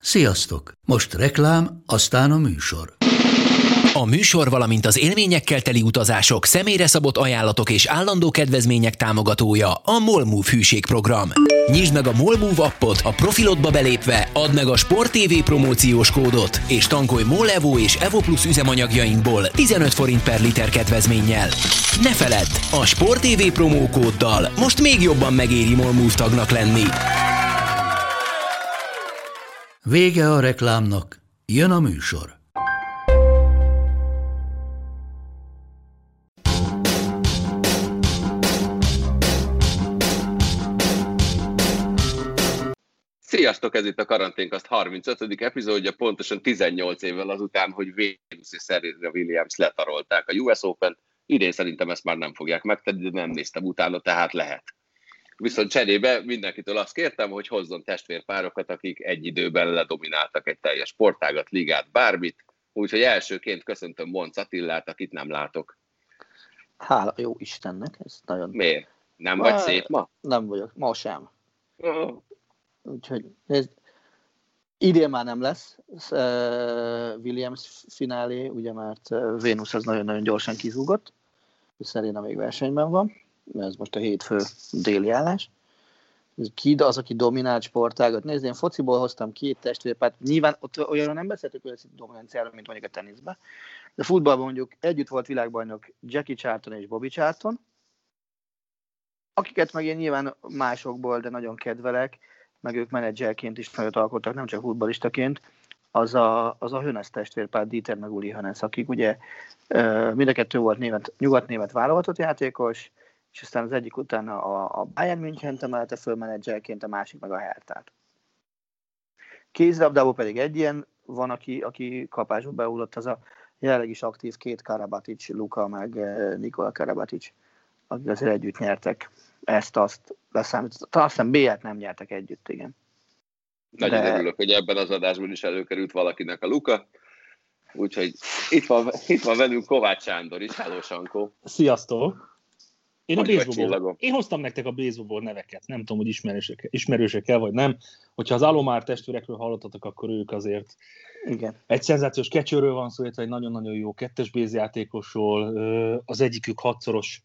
Sziasztok! Most reklám, aztán a műsor. A műsor, valamint az élményekkel teli utazások, személyre szabott ajánlatok és állandó kedvezmények támogatója a MOL Move hűségprogram. Nyisd meg a MOL Move appot, a profilodba belépve add meg a Sport TV promóciós kódot, és tankolj MOL Evo és Evo Plus üzemanyagjainkból 15 forint per liter kedvezménnyel. Ne feledd, a Sport TV promókóddal most még jobban megéri MOL Move tagnak lenni. Vége a reklámnak, jön a műsor. Sziasztok, ez itt a Karanténkast 35. epizódja, pontosan 18 évvel azután, hogy Venus és Serena Williams letarolták a US Open-t. Idén szerintem ezt már nem fogják megtenni, de nem néztem utána, tehát lehet. Viszont cserébe mindenkitől azt kértem, hogy hozzon testvérpárokat, akik egy időben ledomináltak egy teljes sportágat, ligát, bármit. Úgyhogy elsőként köszöntöm Monc Attillát, akit nem látok. Hála jó Istennek, ez nagyon... Miért? Nem vagy szép ma? Nem vagyok, ma sem. Úgyhogy nézd, idén már nem lesz Williams finálé, ugye mert Venus az nagyon-nagyon gyorsan kizúgott, és Serena még versenyben van, ez most a hétfő déli állás. Ki az, aki dominált sportágat? Nézd, én fociból hoztam két testvérpárt, nyilván ott olyanra nem beszéltük olyan dominanciára, mint mondjuk a teniszben, de futballban mondjuk együtt volt világbajnok Jackie Charlton és Bobby Charlton, akiket meg én nyilván másokból, de nagyon kedvelek, meg ők menedzserként is nagyot alkottak, nem csak futballistaként, az a Hoeneß testvérpár, Dieter meg Uli Hoeneß, akik ugye mind a kettő volt nyugat-német válogatott játékos, és aztán az egyik utána a Bayern München emelte föl menedzserként, a másik meg a Herthát. Kézilabdából pedig egy ilyen van, aki kapásba beugrott, az a jelenleg is aktív két Karabatic, Luka meg Nikola Karabatic, akik azért együtt nyertek ezt-azt leszámított. Azt hiszem B-et nem nyertek együtt, igen. Nagyon örülök, hogy ebben az adásban is előkerült valakinek a Luka. Úgyhogy itt van velünk Kovács Sándor is. Hello, Sankó. Sziasztok! Én hoztam nektek a baseball neveket, nem tudom, hogy ismerősek-e vagy nem. Hogyha az Alomar testvérekről hallottatok, akkor ők azért igen. Egy szenzációs catcherről van szó, illetve egy nagyon-nagyon jó kettes base játékosról. Az egyikük 6-szoros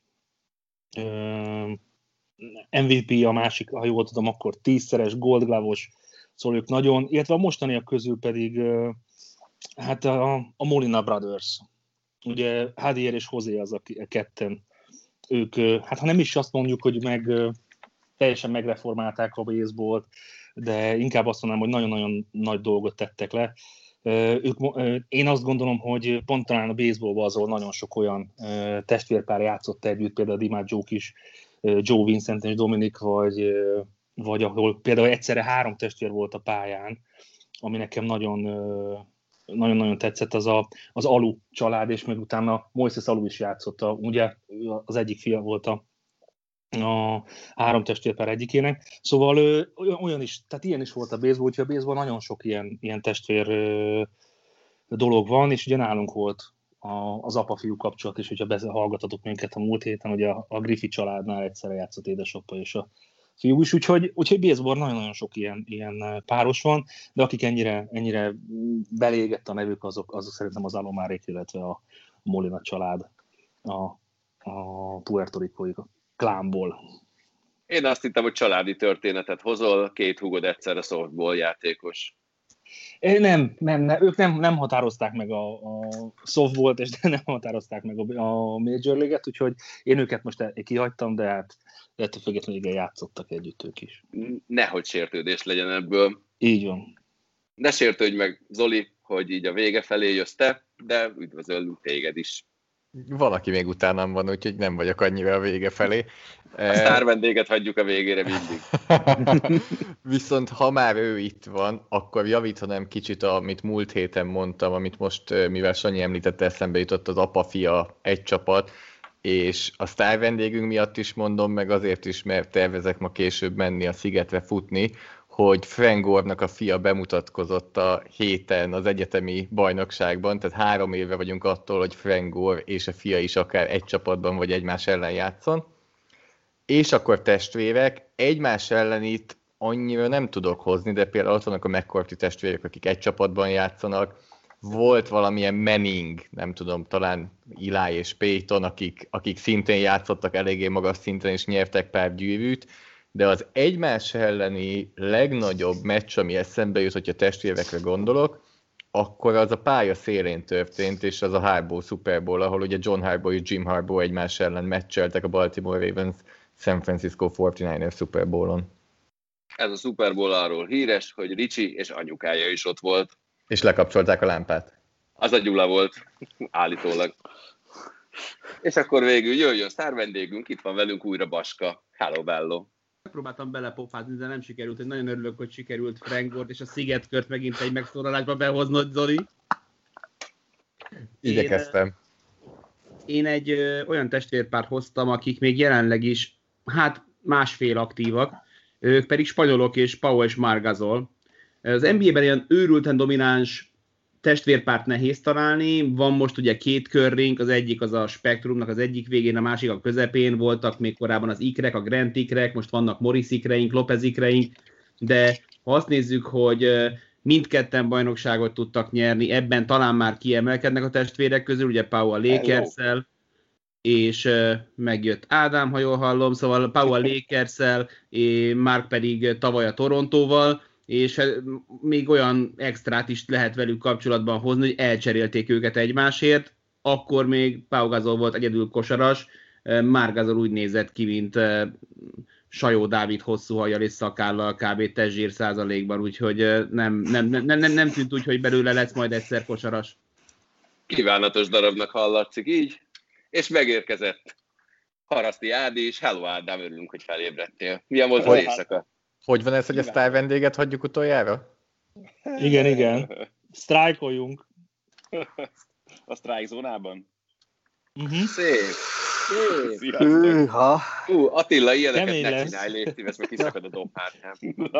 MVP, a másik, ha jól tudom, akkor 10-szeres Gold Glove-os, szóval ők nagyon, illetve a mostaniak közül pedig hát a Molina Brothers, ugye Javier és José az a ketten, ők, hát ha nem is azt mondjuk, hogy teljesen megreformálták a baseballt, de inkább azt mondanám, hogy nagyon-nagyon nagy dolgot tettek le. Én azt gondolom, hogy pont talán a baseballban azon nagyon sok olyan testvérpár játszott együtt, például DiMaggio-k is, Joe Vincent és Dominic, vagy ahol például egyszerre 3 testvér volt a pályán, ami nekem nagyon-nagyon tetszett, az Alu család, és még utána Moises Alu is játszott, ugye az egyik fia volt a 3 testvérpár egyikének. Szóval olyan is, tehát ilyen is volt a baseball, úgyhogy a baseball nagyon sok ilyen testvér dolog van, és ugye nálunk volt az apa-fiú kapcsolat is, hogyha hallgatatok minket a múlt héten, ugye a Griffith családnál egyszerre játszott édesapa és a fiú is, úgyhogy baseball nagyon-nagyon sok ilyen páros van, de akik ennyire belégett a nevük, azok szerintem az Alomárék, illetve a Molina család a Puerto Ricói klánból. Én azt hittem, hogy családi történetet hozol, 2 húgod egyszerre softball játékos. Nem, ők nem határozták meg a softballt, és nem határozták meg a Major League-et, úgyhogy én őket most kihagytam, de hát ettől függetlenül igen, játszottak együtt ők is. Nehogy sértődés legyen ebből. Így van. Ne sértődj meg, Zoli, hogy így a vége felé jössz te, de üdvözöllünk téged is. Valaki még utánam van, úgyhogy nem vagyok annyira a vége felé. A sztár vendéget hagyjuk a végére mindig. Viszont ha már ő itt van, akkor javítanám kicsit, amit múlt héten mondtam, amit most, mivel Sanyi említette, eszembe jutott az apa-fia egy csapat, és a sztár vendégünk miatt is mondom, meg azért is, mert tervezek ma később menni a Szigetre futni, hogy Frank Gore-nak a fia bemutatkozott a héten az egyetemi bajnokságban, tehát 3 éve vagyunk attól, hogy Frank Gore és a fia is akár egy csapatban vagy egymás ellen játszon. És akkor testvérek, egymás ellen itt annyira nem tudok hozni, de például ott vannak a McCourty testvérek, akik egy csapatban játszanak. Volt valamilyen Manning, nem tudom, talán Eli és Peyton, akik szintén játszottak eléggé magas szinten, és nyertek pár gyűrűt, de az egymás elleni legnagyobb meccs, ami eszembe jut, hogyha testvérekre gondolok, akkor az a pálya szélén történt, és az a Harbaugh Super Bowl, ahol ugye John Harbaugh és Jim Harbaugh egymás ellen meccseltek a Baltimore Ravens San Francisco 49ers Super Bowl-on. Ez a Super Bowl arról híres, hogy Ricsi és anyukája is ott volt. És lekapcsolták a lámpát. Az a Gyula volt, állítólag. És akkor végül jöjjön sztár vendégünk, itt van velünk újra Baska. Hello, bello. Próbáltam belepofázni, de nem sikerült. Én nagyon örülök, hogy sikerült Frank Gore-t és a Szigetkört megint egy megszólalásba behoznod, Zoli. Igyekeztem. Én egy olyan testvérpárt hoztam, akik még jelenleg is, másfél aktívak, ők pedig spanyolok és Pau és Marc Gasol. Az NBA-ben ilyen őrülten domináns testvérpárt nehéz találni, van most ugye két körrink, az egyik az a spektrumnak az egyik végén, a másik a közepén, voltak még korábban az ikrek, a Grant ikrek, most vannak Morris ikreink, Lopez ikreink, de ha azt nézzük, hogy mindketten bajnokságot tudtak nyerni, ebben talán már kiemelkednek a testvérek közül, ugye Pau a Lakers-szel, és megjött Ádám, ha jól hallom, szóval Pau a Lakers-szel, Marc pedig tavaly a Torontóval, és még olyan extrát is lehet velük kapcsolatban hozni, hogy elcserélték őket egymásért, akkor még Pau Gasol volt egyedül kosaras, Marc Gasol úgy nézett ki, mint Sajó Dávid hosszú hajjal és szakállal kb. Testzsír százalékban, úgyhogy nem tűnt úgy, hogy belőle lesz majd egyszer kosaras. Kívánatos darabnak hallatszik így, és megérkezett Haraszti Ádi is. Hello Ádám, örülünk, hogy felébredtél. Milyen volt az éjszaka? Hogy van ez, hogy a sztár vendéget hagyjuk utoljára? Igen. Sztrájkoljunk. A sztrájk zónában? Szép. Hűha. Attila, ilyeneket Kemény ne lesz. csinálj, légy szíves, mert kiszakad a dobhártyám.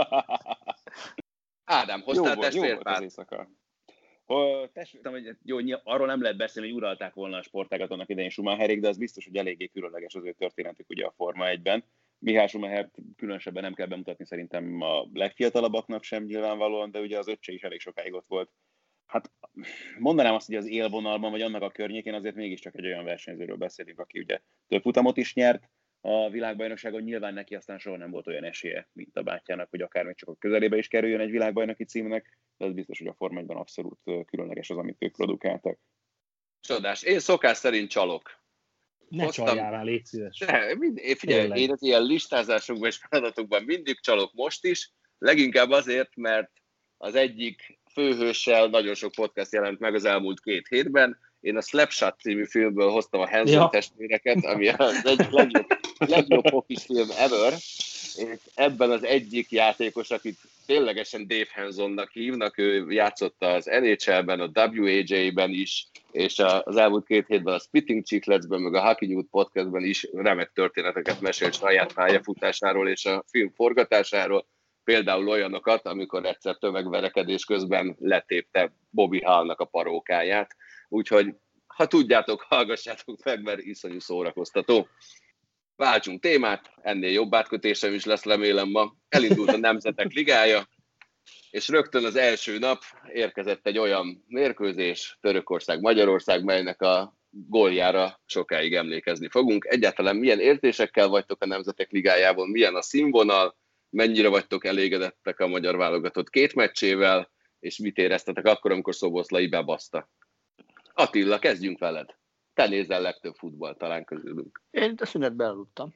Ádám, hoztál testvérpárt? Testvértem, hogy jó, arról nem lehet beszélni, hogy uralták volna a sportágat annak idején Schumacherék, de az biztos, hogy eléggé különleges az ő történetük ugye a Forma 1-ben. Mihály Schumachert különösebben nem kell bemutatni szerintem a legfiatalabbaknak sem nyilvánvalóan, de ugye az öccse is elég sokáig ott volt. Hát mondanám azt, hogy az élvonalban, vagy annak a környékén azért mégiscsak egy olyan versenyzőről beszélünk, aki ugye több futamot is nyert a világbajnokságon, nyilván neki aztán soha nem volt olyan esélye, mint a bátyjának, hogy akár még csak a közelébe is kerüljön egy világbajnoki címnek, de ez biztos, hogy a Forma 1-ben abszolút különleges az, amit ők produkáltak. Csodás. Én szokás szerint csalok. Ne csaljál rá, légy szíves. Figyelj, én az ilyen listázásokban és feladatokban mindig csalok most is, leginkább azért, mert az egyik főhőssel nagyon sok podcast jelent meg az elmúlt 2 hétben. Én a Slapshot című filmből hoztam a Hanson testvéreket, ami az egyik legjobb hokis film ever, és ebben az egyik játékos, akit ténylegesen Dave Hansonnak hívnak, ő játszott az NHL-ben, a WAJ-ben is, és az elmúlt 2 hétben a Spitting Chicklets-ben, meg a Hockey News podcastben is remek történeteket mesélt saját pályafutásáról és a film forgatásáról, például olyanokat, amikor egyszer tömegverekedés közben letépte Bobby Hallnak a parókáját. Úgyhogy, ha tudjátok, hallgassátok meg, mert iszonyú szórakoztató. Váltsunk témát, ennél jobb átkötésem is lesz, remélem ma. Elindult a Nemzetek Ligája, és rögtön az első nap érkezett egy olyan mérkőzés, Törökország-Magyarország, melynek a góljára sokáig emlékezni fogunk. Egyáltalán milyen érzésekkel vagytok a Nemzetek Ligájában, milyen a színvonal, mennyire vagytok elégedettek a magyar válogatott 2 meccsével, és mit éreztetek akkor, amikor Szoboszlai bebaszta? Attila, kezdjünk veled. Te nézel legtöbb futball talán közülünk. Én a szünetben aludtam.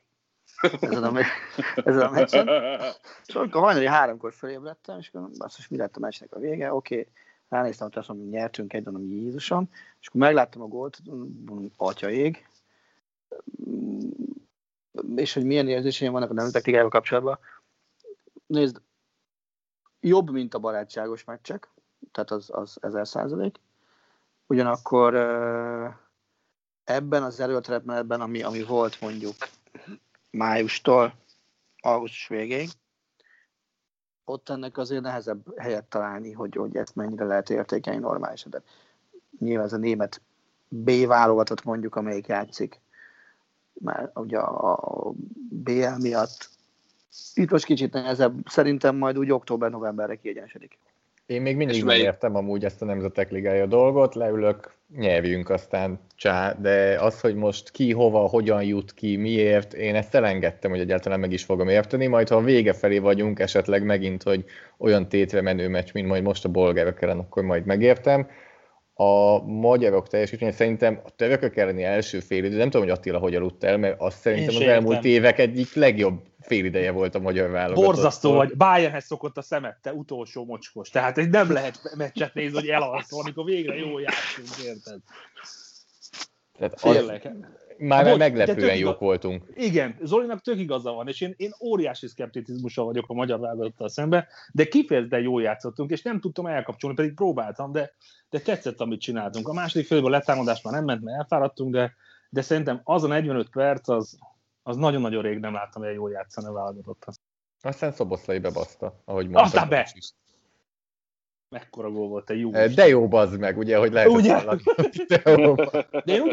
Ezen a meccsen. És amikor hajnali 3-kor felébredtem, és akkor basszus, mi lett a meccsnek a vége? Oké, ránéztem, hogy azt mondom, hogy nyertünk egy, mondom, Jézusom, és akkor megláttam a gólt, atya ég, és hogy milyen érzéseim vannak a Nemzetek Ligájával kapcsolatban. Nézd, jobb, mint a barátságos meccsek, tehát az 1000%. Ugyanakkor ebben az erőltetmenetben, ami volt mondjuk májustól augusztus végéig, ott ennek azért nehezebb helyet találni, hogy ezt mennyire lehet értékelni normálisan. De nyilván ez a német B válogatott mondjuk, amelyik játszik, már ugye a BL miatt Itt most kicsit nehezebb, szerintem majd úgy október-novemberre kiegyensedik. Én még mindig nem értem amúgy ezt a Nemzetek Ligája dolgot, leülök, nyerjünk, aztán csá, de az, hogy most ki, hova, hogyan jut ki, miért, én ezt elengedtem, hogy egyáltalán meg is fogom érteni, majd ha a vége felé vagyunk esetleg megint, hogy olyan tétre menő meccs, mint majd most a bolgárok ellen, akkor majd megértem. A magyarok teljesítmény szerintem a törökök elleni első félidő, nem tudom, hogy Attila hogy aludt el, mert azt szerintem az elmúlt évek egyik legjobb félideje volt a magyar válogatott. Borzasztó vagy, Bayernhez szokott a szemed, te utolsó mocskos. Tehát nem lehet meccset nézni, hogy elalszol, amikor végre jól játszunk, érted? Már meglepően jók voltunk. Igen, Zolinak tök igaza van, és én óriási szkepticizmussal vagyok a magyar válogatottal szemben, de kifejezetten jól játszottunk, és nem tudtam elkapcsolni, pedig próbáltam, de tetszett, amit csináltunk. A második félben a letámadás már nem ment, mert elfáradtunk, de szerintem az a 45 perc, az nagyon-nagyon rég nem láttam, hogy jól játszani a válogatottal. Aztán Szoboszlai bebaszta, ahogy mondtam. Aztán be! Mekkora gól volt, te jó. De jó, bazd meg, ugye, hogy lehetett hallani. De én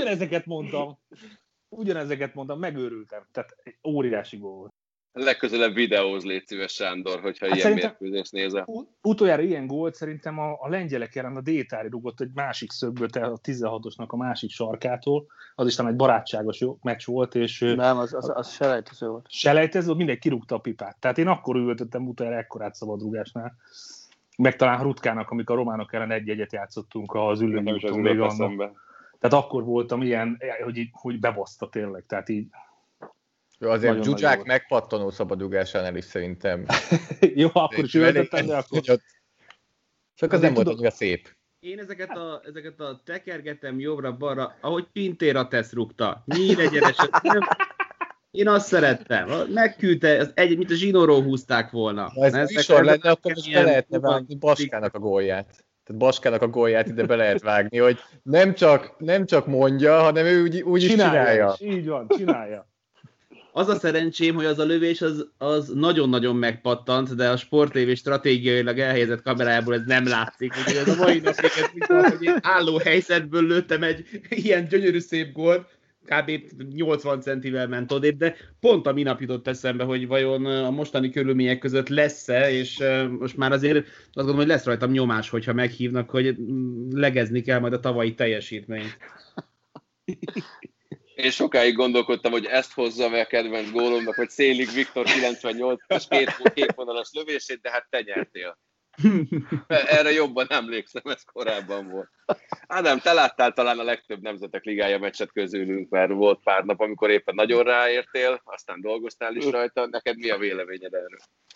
ugyanezeket mondtam, megőrültem. Tehát óriási gól volt. Legközelebb videóz, légy szíves, Sándor, hogyha ilyen mérkőzést nézel. Utoljára ilyen gólt szerintem a lengyelek ellen a Détári rúgott egy másik szögből, a 16-osnak a másik sarkától. Az is talán egy barátságos meccs volt. És nem, az selejtező volt. Selejtező volt, mindenki kirúgta a pipát. Tehát én akkor üvöltöttem utoljára ekkorát szabadrúgásnál. Meg talán Rutkának, amikor a románok ellen egy-egyet játszottunk az ülői úton még annak. Tehát akkor voltam ilyen, hogy bebaszta tényleg. Tehát így azért Dzsuzsák megpattanó szabadrugásánál is szerintem. Jó, akkor is üvöltöttem, de akkor... Csak az nem volt annyira szép. Én ezeket a tekergetem jobbra-balra, ahogy Pintéra tesz rúgta. Nyíregyeneset. Én azt szerettem. Megküldte, mint a zsinóról húzták volna. Ha ez műsor lenne, akkor most be lehetne vágni Baskának a gólját. Tehát Baskának a gólját ide be lehet vágni, hogy nem csak mondja, hanem ő úgy is csinálja. Így van, csinálja. Az a szerencsém, hogy az a lövés az nagyon-nagyon megpattant, de a Sport TV stratégiailag elhelyezett kamerájából ez nem látszik. Úgyhogy ez a mai napig, hogy én álló helyzetből lőttem egy ilyen gyönyörű szép gólt, kb. 80 centivel ment odébb, de pont a minap jutott eszembe, hogy vajon a mostani körülmények között lesz-e, és most már azért azt gondolom, hogy lesz rajtam nyomás, hogyha meghívnak, hogy legezni kell majd a tavalyi teljesítményt. Én sokáig gondolkodtam, hogy ezt hozzam a kedvenc gólomnak, vagy Szélig Viktor 98-as képvonalas lövését, de hát te nyertél. Erre jobban emlékszem, ez korábban volt. Ádám, te láttál talán a legtöbb Nemzetek Ligája meccset közülünk, mert volt pár nap, amikor éppen nagyon ráértél, aztán dolgoztál is rajta. Neked mi a véleményed erről?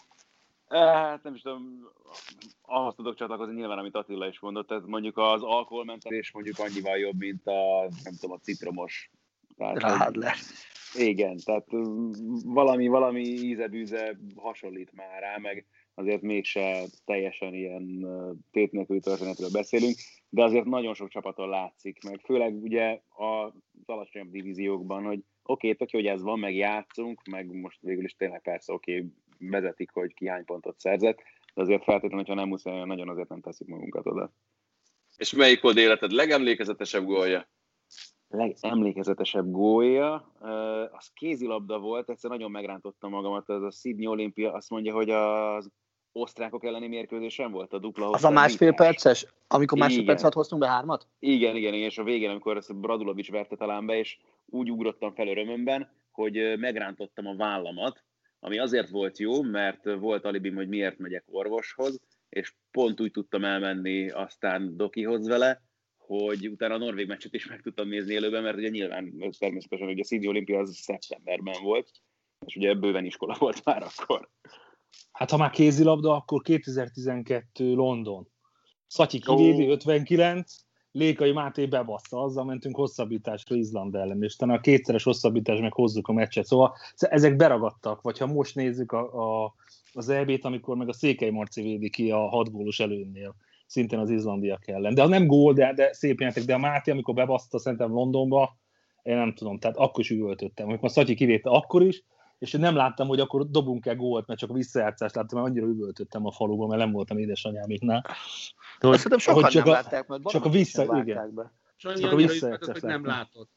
Hát nem is tudom, ahhoz tudok csatlakozni nyilván, amit Attila is mondott, tehát mondjuk az alkoholmentelés mondjuk annyival jobb, mint a, nem tudom, a citromos. Rádler. Igen, tehát valami íze-bűze hasonlít már rá, meg azért mégse teljesen ilyen tét nélküli történetről beszélünk, de azért nagyon sok csapaton látszik, meg főleg ugye az alacsonyabb divíziókban, hogy oké, tök jó, hogy ez van, meg játszunk, meg most végül is tényleg persze vezetik, hogy ki hány pontot szerzett, de azért feltétlenül, hogyha nem muszáj, nagyon azért nem teszik magunkat oda. És melyik volt életed legemlékezetesebb gólja? Legemlékezetesebb gólja, az kézilabda volt, egyszer nagyon megrántottam magamat, ez a Sydney Olimpia, azt mondja, hogy az osztrákok elleni mérkőzésen volt a dupla hosszú. Az a másfél perces, amikor másfél perc alatt hoztunk be 3-at? Igen, és a végén, amikor ezt Bradulovics verte talán be, és úgy ugrottam fel örömömben, hogy megrántottam a vállamat, ami azért volt jó, mert volt alibim, hogy miért megyek orvoshoz, és pont úgy tudtam elmenni aztán Dokihoz vele, hogy utána a norvég meccset is meg tudtam nézni élőben, mert ugye nyilván természetesen ugye a Sydney Olimpia az szeptemberben volt, és ugye bőven iskola volt már akkor. Hát ha már kézilabda, akkor 2012 London. Szatyi kivédi 59, Lékai Máté bebaszta, azzal mentünk hosszabbításra Izland ellen, és talán a kétszeres hosszabbítás meg hozzuk a meccset. Szóval ezek beragadtak, vagy ha most nézzük az EB-t, amikor meg a Székely Marci védi ki a 6 gólos előnnél, szintén az izlandiak ellen. De nem gól, de szép játék, de a Máté, amikor bebaszta szerintem Londonba, én nem tudom, tehát akkor is üvöltöttem. Amikor a Szatyi kivédte akkor is, és nem láttam, hogy akkor dobunk-e gólt, mert csak a visszajátszást láttam, mert annyira üvöltöttem a faluban, mert nem voltam édesanyámiknál. Szerintem sokan nem látták, mert csak a vissza, igen. Sanyi annyira üvöltött, hogy nem látott.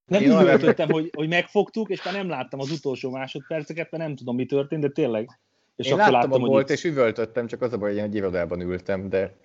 Nem úgy üvöltöttem, hogy megfogtuk, és már nem láttam az utolsó másodperceket, mert nem tudom, mi történt, de tényleg. És én láttam a bolt, és üvöltöttem, csak az a baj, hogy én egy irodában ültem, de...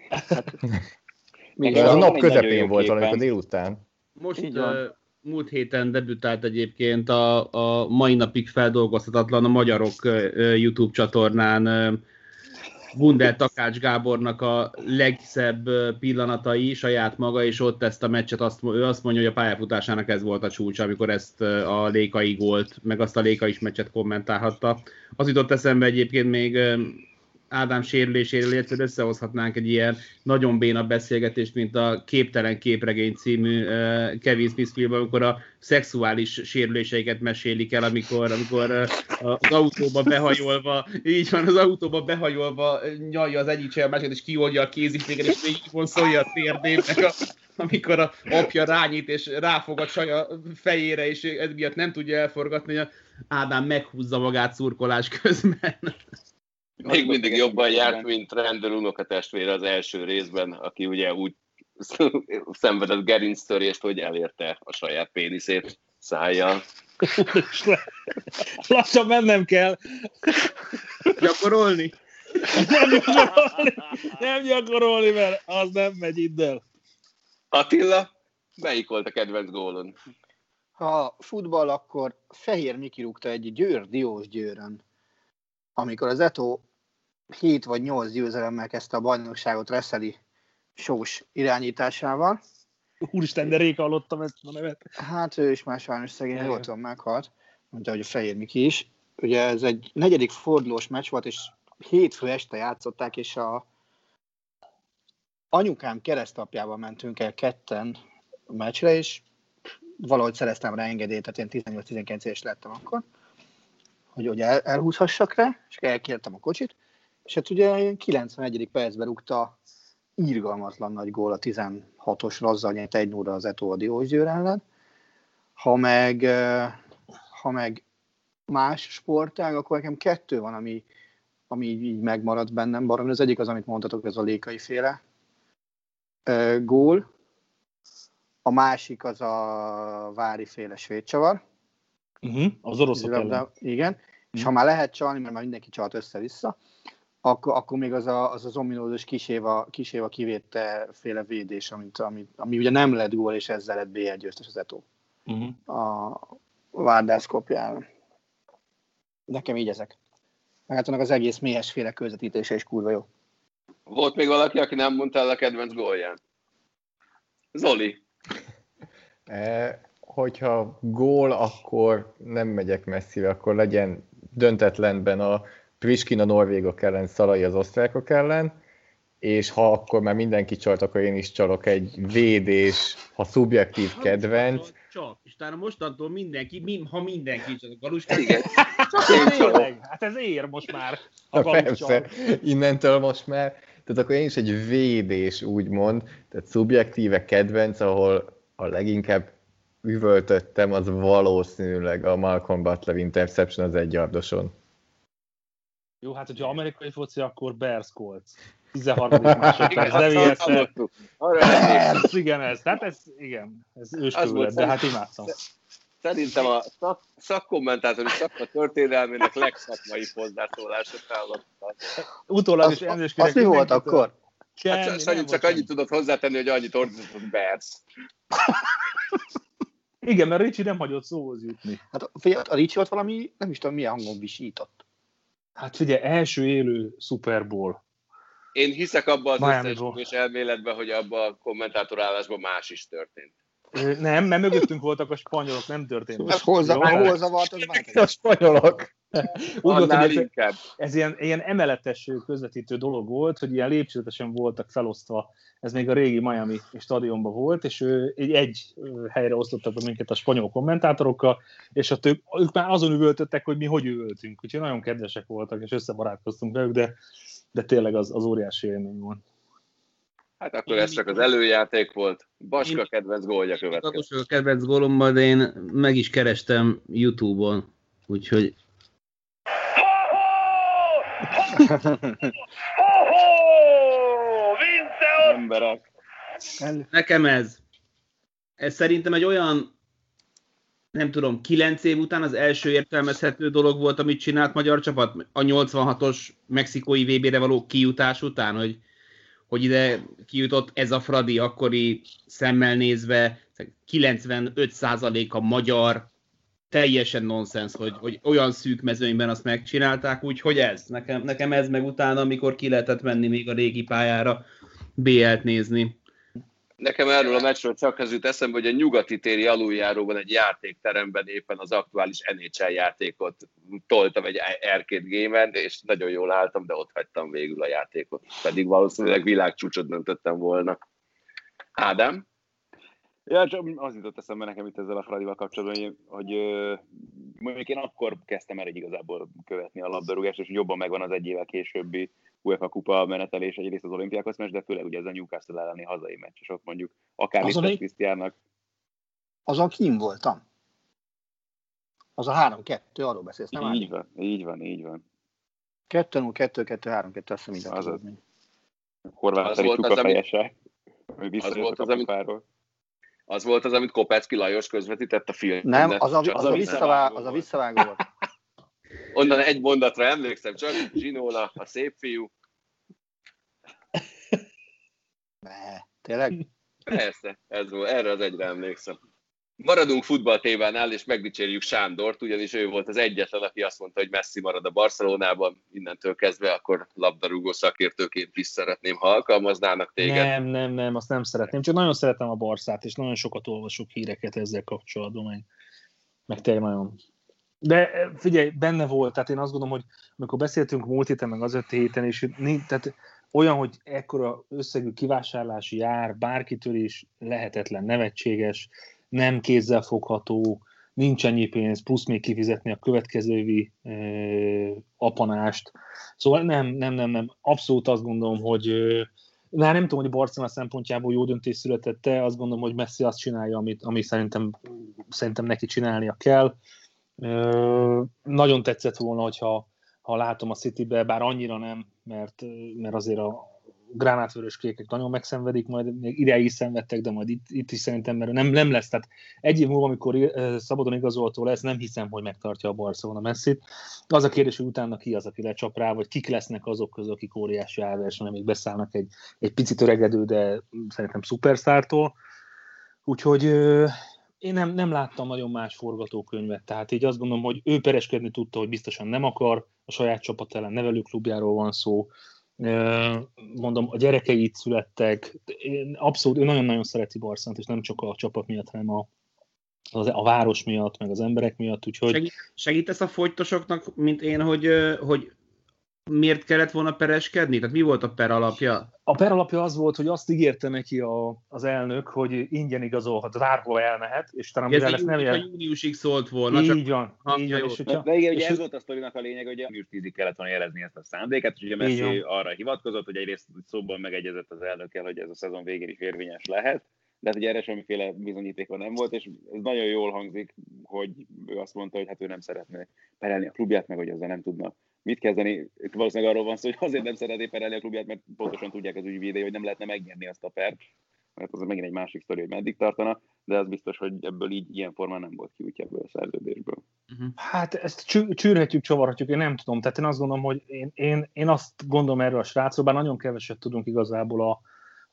a nap közepén volt valamikor délután. Most múlt héten debütált egyébként a mai napig feldolgozhatatlan a Magyarok YouTube csatornán Gundel Takács Gábornak a legszebb pillanatai, saját maga, és ott ezt a meccset ő azt mondja, hogy a pályafutásának ez volt a csúcs, amikor ezt a Lékai gólt, meg azt a Lékai is meccset kommentálhatta. Az jutott eszembe egyébként még Ádám sérüléséről, illetve összehozhatnánk egy ilyen nagyon béna beszélgetést, mint a Képtelen képregény című Kevin Smith filmben, amikor a szexuális sérüléseiket mesélik el, amikor az autóba behajolva, így van, az autóba behajolva nyalja az egyik csaj a másikat, és kioldja a kéziféket, és végig vonszolja a térdét, amikor a apja rányít, és ráfog a csaj a fejére, és ez miatt nem tudja elforgatni, hogy Ádám meghúzza magát szurkolás közben. Még mindig jobban járt, mint Randall unokatestvére az első részben, aki ugye úgy szenvedett gerinctörést, hogy elérte a saját péniszét szájjal. Lassan mennem kell. Gyakorolni? Nem gyakorolni, mert az nem megy innen. Attila, melyik volt a kedvenc gólon? Ha futball, akkor Fehér Miki rúgta egy Diósgyőrön, amikor az Eto 7 vagy 8 győzelemmel kezdte a bajnokságot Reszeli Sós irányításával. Úristen, de rég hallottam ezt a nevet. Hát ő is már sajnos szegény, jól tudom, meghalt, mondta, hogy a Fehér Miki is. Ugye ez egy 4. fordulós meccs volt, és hétfő este játszották, és a anyukám keresztapjával mentünk el ketten a meccsre, és valahogy szereztem rá engedélyt, tehát én 18-19 éves lettem akkor, hogy ugye elhúzhassak rá, és elkértem a kocsit, és hát ugye 91. percben rúgta irgalmatlan nagy gól a 16-os azzal nyert 1-0-ra az Eto a Diósgyőr ellen. Ha meg más sportág, akkor nekem 2 van, ami így megmaradt bennem baromi. Az egyik az, amit mondtatok, ez a Lékai féle gól. A másik az a Vári féle svédcsavar. Az oroszok ellen. Igen. És ha már lehet csalni, mert már mindenki csalt össze-vissza, akkor még az ominózus Kiséva kivétte féle védés, ami ugye nem lett gól, és ezzel lett BL győztes az Eto. A Várdász kopján. Nekem így ezek. Hát annak az egész méhes féle közvetítése is kurva jó. Volt még valaki, aki nem mondta el a kedvenc gólján? Zoli. Hogyha gól, akkor nem megyek messzire, akkor legyen döntetlenben a Priskina norvégok ellen, Szalai az osztrákok ellen, és ha akkor már mindenki csalt, akkor én is csalok egy védés, ha szubjektív kedvenc. Csak, és talán mostantól mindenki, ha mindenki csak a Galuskát. Igen. Hát ez ér most már. Persze, innentől most már. Tehát akkor én is egy védés, úgymond, tehát szubjektíve kedvenc, ahol a leginkább üvöltöttem, az valószínűleg a Malcolm Butler interception az 1 yardoson. Jó, hát hogyha amerikai foci, akkor Bears Colts. 13. másodperc, de vigyezte. Igen, ez. Tehát ez őskövület, de hát imádtam. Szerintem a szakkommentátor és szakma történelmének legszakmai hozzászólását hallottam. Utólag is elnézést kérek. Az mi volt akkor? Csak annyit tudod hozzátenni, hogy annyit ordított Bears. Igen, mert Ricsi nem hagyott szóhoz jutni. Hát a Ricsi ott valami, nem is tudom milyen hangon visított. Hát figyelj, első élő Super Bowl. Én hiszek abban az összeesküvés elméletben, hogy abban a kommentátorállásban más is történt. Nem, mert mögöttünk voltak a spanyolok, nem történt. Hol zavart, az már a spanyolok. Annál inkább. Ez ilyen emeletes közvetítő dolog volt, hogy ilyen lépcsőzetesen voltak felosztva. Ez még a régi Miami stadionban volt, és egy helyre osztottak be minket a spanyol kommentátorokkal, és ők már azon üvöltöttek, hogy mi hogy üvöltünk. Úgyhogy nagyon kedvesek voltak, és összebarátkoztunk velük, de tényleg az óriási élmény volt. Hát akkor ez csak az előjáték volt. Baska kedvenc gólja következik. A kedvenc gólomban, de én meg is kerestem YouTube-on, úgyhogy... Emberek. Nekem ez szerintem egy olyan nem tudom, 9 év után az első értelmezhető dolog volt, amit csinált magyar csapat, a 86-os mexikói VB-re való kijutás után, hogy ide kijutott ez a Fradi, akkori szemmel nézve 95% a magyar, teljesen nonsens, hogy olyan szűk mezőnyben azt megcsinálták, úgyhogy ez, nekem ez meg utána, amikor ki lehetett menni még a régi pályára BL-t nézni. Nekem erről a meccsről csak az jut eszembe, hogy a nyugati téri aluljáróban egy játékteremben éppen az aktuális NHL játékot toltam egy arcade game-en, és nagyon jól álltam, de ott hagytam végül a játékot. Pedig valószínűleg világcsúcsot döntöttem volna. Ádám? Ja, csak az jutott eszembe nekem itt ezzel a Fradival kapcsolatban, hogy mondjuk én akkor kezdtem el igazából követni a labdarúgást, és jobban megvan az egy évvel későbbi UEFA kupa menetelés, egyrészt az olimpiákhoz meccs, de főleg ugye ez a Newcastle elleni hazai meccs, és ott mondjuk akár Lisztes Krisztiánnak. Azon kim voltam. Az a 3-2, arról beszélsz, nem? Így van. 2-0, 2-2, 3-2, azt hiszem így az Horváth Feri csukafejese. Az volt az, amit Kopecki Lajos közvetített a filmben. Nem, az a visszavágó volt. Onnan egy mondatra emlékszem csak, Zsinóla, a szép fiú. Ne, tényleg? Persze, ez volt, erre az egyre emlékszem. Maradunk futballtévánál, és megdicsérjük Sándort, ugyanis ő volt az egyetlen, aki azt mondta, hogy Messi marad a Barcelonában, innentől kezdve akkor labdarúgó szakértőként is szeretném, ha alkalmaznának téged. Nem, azt nem szeretném, csak nagyon szeretem a Barszát, és nagyon sokat olvasok híreket ezzel kapcsolatban, meg tényleg nagyon. De figyelj, benne volt, tehát én azt gondolom, hogy amikor beszéltünk múlt héten, meg az 5 héten, és tehát olyan, hogy ekkora összegű kivásárlási jár, bárkitől is lehetetlen, nevetséges, nem kézzelfogható, nincs ennyi pénz, plusz még kifizetni a következő évi apanást. Szóval nem. Abszolút azt gondolom, hogy nem tudom, hogy Barcelona szempontjából jó döntés született-e, azt gondolom, hogy Messi azt csinálja, ami szerintem neki csinálnia kell. Nagyon tetszett volna, ha látom a Citybe, bár annyira nem, mert azért a gránátvörös kékek nagyon megszenvedik, majd még ideig is szenvedtek, de majd itt is szerintem, mert nem lesz. Tehát egy év múlva, amikor szabadon igazoltó lesz, nem hiszem, hogy megtartja a Barcelona Messit. Az a kérdés, hogy utána ki az, aki lecsap rá, vagy kik lesznek azok közül, akik óriási árversenyen még beszállnak egy picit öregedő, de szerintem szupersztártól. Úgyhogy én nem láttam nagyon más forgatókönyvet, tehát így azt gondolom, hogy ő pereskedni tudta, hogy biztosan nem akar, a saját csapat ellen nevelőklubjáról van szó, mondom, a gyerekei itt születtek, abszolút, ő nagyon-nagyon szereti Barcelonát, és nem csak a csapat miatt, hanem a város miatt, meg az emberek miatt, úgyhogy... Segítesz a folytosoknak, mint én, hogy miért kellett volna pereskedni? Tehát mi volt a per alapja? A per alapja az volt, hogy azt ígérte neki az elnök, hogy ingyen igazolhat, bárhol elmehet, és talán ez lesz nem júniusig szólt volna. Így van. De igen, ugye ez volt a sztorinak a lényeg, hogy június 10-ig kellett volna jelezni ezt a szándéket, és ugye Messi arra hivatkozott, hogy egyrészt szóban megegyezett az elnökkel, hogy ez a szezon végén is érvényes lehet, de hát ugye erre semmiféle bizonyítéka nem volt, és ez nagyon jól hangzik, hogy ő azt mondta, hogy hát ő nem szeretne perelni a klubját, meg hogy ezzel nem tudna mit kezdeni. Valószínűleg arról van szó, hogy azért nem szeretné perelni a klubját, mert pontosan tudják az ügyvédei, hogy nem lehetne megnyerni azt a pert, mert az megint egy másik sztori, hogy meddig tartana, de az biztos, hogy ebből így ilyen formán nem volt kiútja ebből a szerződésből. Hát ezt csűrhetjük, csavarhatjuk, én nem tudom. Tehát én azt gondolom, hogy én azt gondolom erről a srácról, bár nagyon keveset tudunk igazából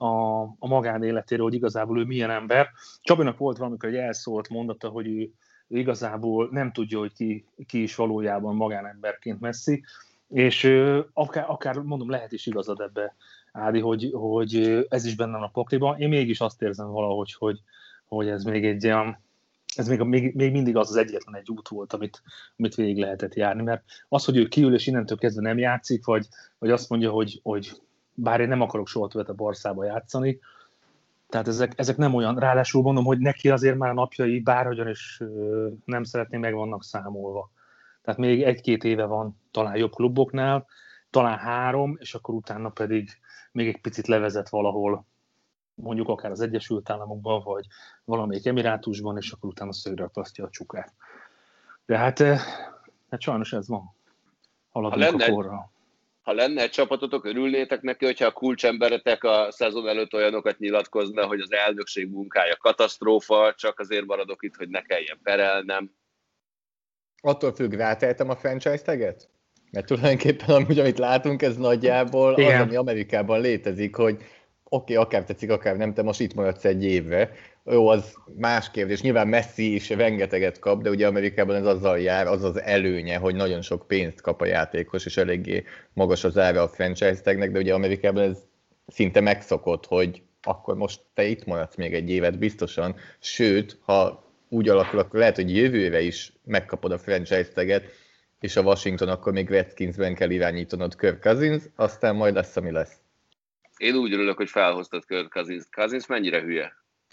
a magánéletéről, hogy igazából ő milyen ember. Csabinak volt valamikor egy elszólt mondata, hogy ő igazából nem tudja, hogy ki is valójában magánemberként Messi, és akár mondom, lehet is igazad ebbe, Ádi, hogy ez is benne van a pakliban. Én mégis azt érzem valahogy, hogy ez még egy olyan, ez még mindig az egyetlen egy út volt, amit végig lehetett járni, mert az, hogy ő kiül és innentől kezdve nem játszik, vagy azt mondja, hogy bár én nem akarok soha többet a Barszába játszani, tehát ezek nem olyan, ráadásul mondom, hogy neki azért már napjai bárhogyan is nem szeretném, meg vannak számolva. Tehát még 1-2 éve van talán jobb kluboknál, talán 3, és akkor utána pedig még egy picit levezet valahol, mondjuk akár az Egyesült Államokban, vagy valamelyik emirátusban, és akkor utána szögre akasztja a csukát. De hát sajnos ez van. Haladunk a korral. ha lenne egy csapatotok, örülnétek neki, hogyha a kulcsemberetek a szezon előtt olyanokat nyilatkozna, hogy az elnökség munkája katasztrófa, csak azért maradok itt, hogy ne kelljen perelnem. Attól függ, rátehetem a franchise taget? Mert tulajdonképpen amúgy, amit látunk, ez nagyjából az, ami Amerikában létezik, hogy oké, akár tetszik, akár nem, te most itt maradsz egy évre. Jó, az más kérdés. Nyilván Messi is rengeteget kap, de ugye Amerikában ez azzal jár, az az előnye, hogy nagyon sok pénzt kap a játékos, és eléggé magas az ára a franchise tagnek, de ugye Amerikában ez szinte megszokott, hogy akkor most te itt maradsz még egy évet biztosan, sőt, ha úgy alakul, akkor lehet, hogy jövőre is megkapod a franchise taget, és a Washington akkor még Redskinsben kell irányítanod Kirk Cousins, aztán majd lesz, ami lesz. Én úgy örülök, hogy felhoztad Kirk Cousins. Cousins mennyire hülye?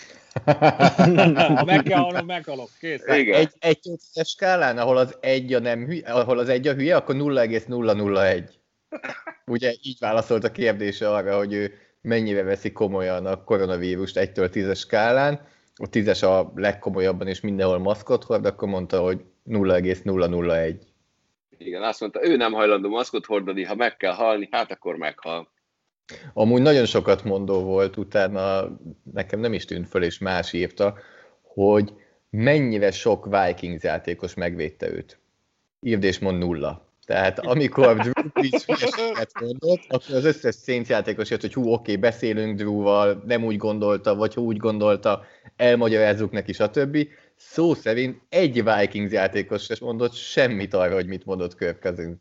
Ha meg kell halnom, meghalok. Kész. Egy skálán, ahol az egy a hülye, akkor 0,001. Ugye így válaszolt a kérdése arra, hogy ő mennyire veszi komolyan a koronavírust 1-től 10-es skálán. A 10-es a legkomolyabban, és mindenhol maszkot hord, akkor mondta, hogy 0,001. Igen, azt mondta, ő nem hajlandó maszkot hordani, ha meg kell halni, hát akkor meghal. Amúgy nagyon sokat mondó volt, utána nekem nem is tűnt föl, és más írta, hogy mennyire sok Vikings játékos megvédte őt. Írd és mond 0. Tehát amikor Drew Brees hülyeséget mondott, akkor az összes Saints játékos jött, hogy oké, beszélünk Drewval, nem úgy gondolta, vagy ha úgy gondolta, elmagyarázzuk neki, stb. Szó szerint egy Vikings játékos sem mondott semmit arra, hogy mit mondott Kirk Cousins.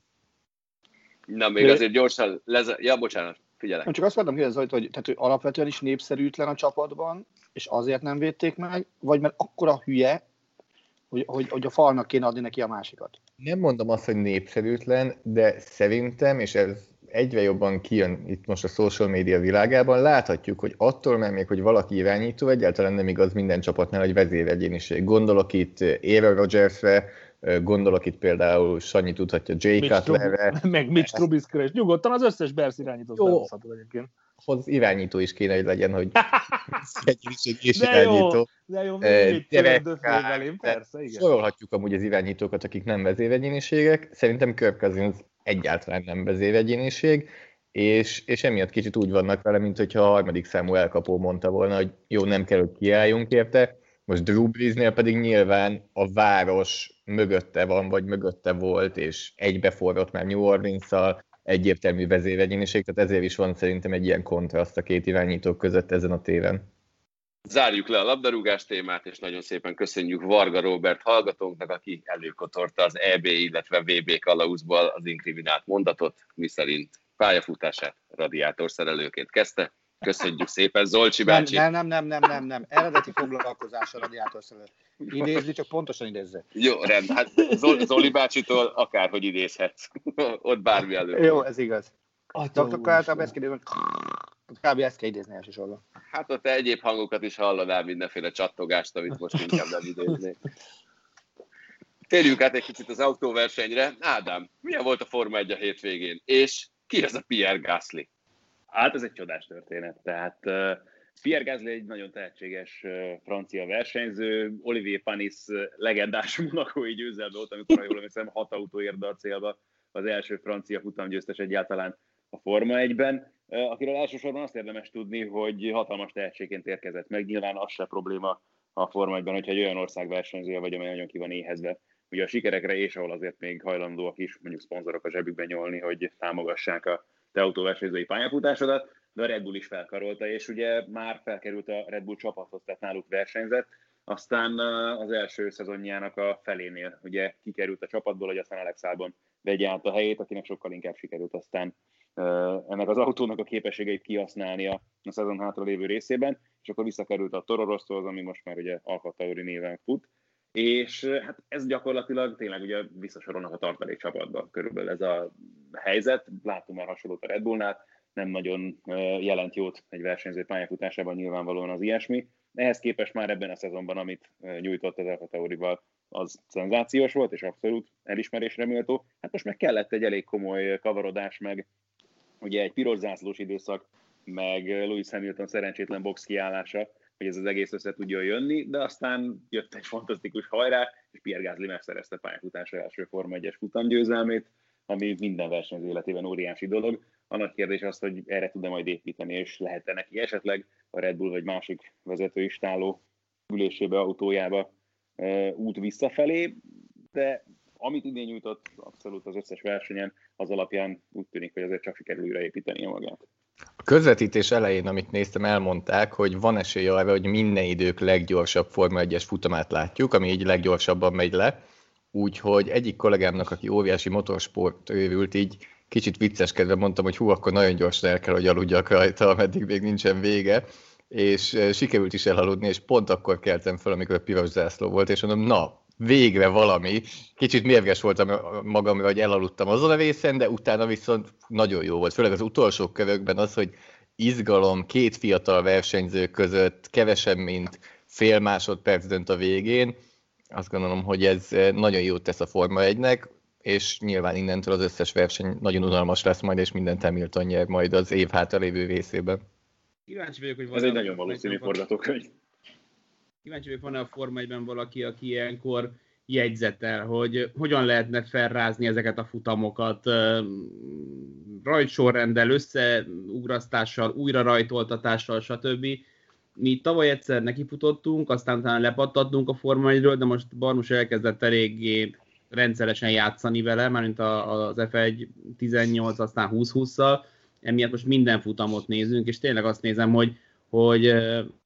Na, még azért gyorsan Ja, bocsánat, figyelek. Csak azt mondtam kérdezni, hogy tehát alapvetően is népszerűtlen a csapatban, és azért nem védték meg, vagy mert akkora hülye, hogy a falnak kéne adni neki a másikat. Nem mondom azt, hogy népszerűtlen, de szerintem, és ez egyre jobban kijön itt most a social media világában, láthatjuk, hogy attól már még, hogy valaki irányító, egyáltalán nem igaz minden csapatnál, hogy vezéregyéniség. Gondolok itt Aaron Rodgersre, gondolok itt például, Sanyi tudhatja, Jay Cutlerre. Meg Mitch Trubiskyre, és nyugodtan az összes Bears irányítót behozhatod egyébként. Az irányító is kéne, hogy legyen, hogy egyéniség és irányító. De jó, még velém, persze, igen. Sorolhatjuk amúgy az irányítókat, akik nem vezéregyéniségek. Szerintem Kirk Cousins egyáltalán nem vezéregyéniség, és emiatt kicsit úgy vannak vele, mint hogyha a harmadik számú elkapó mondta volna, hogy jó, nem kell, hogy kiálljunk érte. Most Drew Breesnél pedig nyilván a város mögötte van, vagy mögötte volt, és egybeforrott már New Orleans-szal, egyértelmű vezéregyéniség, tehát ezért is van szerintem egy ilyen kontraszt a két irányítók között ezen a téren. Zárjuk le a labdarúgás témát, és nagyon szépen köszönjük Varga Róbert hallgatónknak, aki előkotorta az EB, illetve VB kalauzból az inkriminált mondatot, miszerint pályafutását radiátorszerelőként kezdte. Köszönjük szépen, Zolcsi bácsi! Nem. Eredeti foglalkozás a radiátorszerelő. Idézni, csak pontosan idézze. Jó, rend. Hát Zoli bácsitól akárhogy idézhetsz. Ott bármi elő. Jó, ez igaz. Akkor általában ezt kérdezem, kb. Ezt kell idézni elsősorban. Hát ott egyéb hangokat is hallanál, mindenféle csattogást, amit most inkább nem idéznék. Térjünk át egy kicsit az autóversenyre. Ádám, milyen volt a Forma 1 a hétvégén? És ki ez a Pierre Gasly? Hát ez egy csodás történet. Tehát Pierre Gasly egy nagyon tehetséges francia versenyző, Olivier Panis legendás monacói győzelme volt, amikor, ha jól emlékszem, 6 autó érde a célba, az első francia futamgyőztes egyáltalán a Forma 1-ben, akiről elsősorban azt érdemes tudni, hogy hatalmas tehetségként érkezett meg. Nyilván az se probléma a Forma 1-ben, hogyha egy olyan ország versenyzője vagy, amely nagyon ki van éhezve ugye a sikerekre, és ahol azért még hajlandóak is mondjuk szponzorok a zsebükben nyolni, hogy támogassák a te autóversenyzői pályafutásodat, de a Red Bull is felkarolta, és ugye már felkerült a Red Bull csapathoz, tehát náluk versenyzett, aztán az első szezonjának a felénél ugye kikerült a csapatból, hogy aztán Alex Albon vegye át a helyét, akinek sokkal inkább sikerült aztán ennek az autónak a képességeit kihasználni a szezon hátra lévő részében, és akkor visszakerült a Toro Rossóhoz, ami most már ugye Alfa Tauri néven fut, és hát ez gyakorlatilag tényleg ugye visszasorolnak a tartalék csapatba körülbelül ez a helyzet. Láttunk már hasonlót a Red Bullnál, nem nagyon jelent jót egy versenyző pályafutásában nyilvánvalóan az ilyesmi. Ehhez képest már ebben a szezonban, amit nyújtott az Alfa Taurival, az szenzációs volt, és abszolút elismerésre méltó. Hát most meg kellett egy elég komoly kavarodás, meg ugye egy piros zászlós időszak, meg Lewis Hamilton szerencsétlen box kiállása, hogy ez az egész össze tudjon jönni, de aztán jött egy fantasztikus hajrá, és Pierre Gasly megszerezte pályafutása első Forma 1-es futamgyőzelmét. ami minden versenyző életében óriási dolog. A nagy kérdés az, hogy erre tud-e majd építeni, és lehet-e neki esetleg a Red Bull vagy másik vezetői stálló ülésébe, autójába út visszafelé, de amit idén nyújtott abszolút az összes versenyen, az alapján úgy tűnik, hogy azért csak sikerül újraépítenie magát. A közvetítés elején, amit néztem, elmondták, hogy van esély arra, hogy minden idők leggyorsabb Forma 1-es futamát látjuk, ami így leggyorsabban megy le. Úgyhogy egyik kollégámnak, aki óriási motorsport őrült, így kicsit vicceskedve mondtam, hogy akkor nagyon gyorsan el kell, hogy aludjak rajta, ameddig még nincsen vége. És sikerült is elaludni, és pont akkor keltem fel, amikor a piros zászló volt, és mondom, na, végre valami. Kicsit mérges voltam magamra, hogy elaludtam azon a részen, de utána viszont nagyon jó volt. Főleg az utolsó körökben az, hogy izgalom két fiatal versenyző között kevesebb, mint fél másodperc dönt a végén. Azt gondolom, hogy ez nagyon jót tesz a Forma 1-nek, és nyilván innentől az összes verseny nagyon unalmas lesz majd, és mindent Hamilton nyer majd az év hátralévő részében. Kíváncsi vagyok, hogy ez egy nagyon valószínű forgatókönyv. Kíváncsi vagyok, van-e a Forma 1-ben valaki, aki ilyenkor jegyzetel, hogy hogyan lehetne felrázni ezeket a futamokat rajtsorrenddel, összeugrasztással, újra rajtoltatással, stb. Mi tavaly egyszer nekifutottunk, aztán utána lepattattunk a Forma 1-ről, de most Barnus elkezdett eléggé rendszeresen játszani vele, mármint az F1 18, aztán 20-20-szal, emiatt most minden futamot nézünk, és tényleg azt nézem, hogy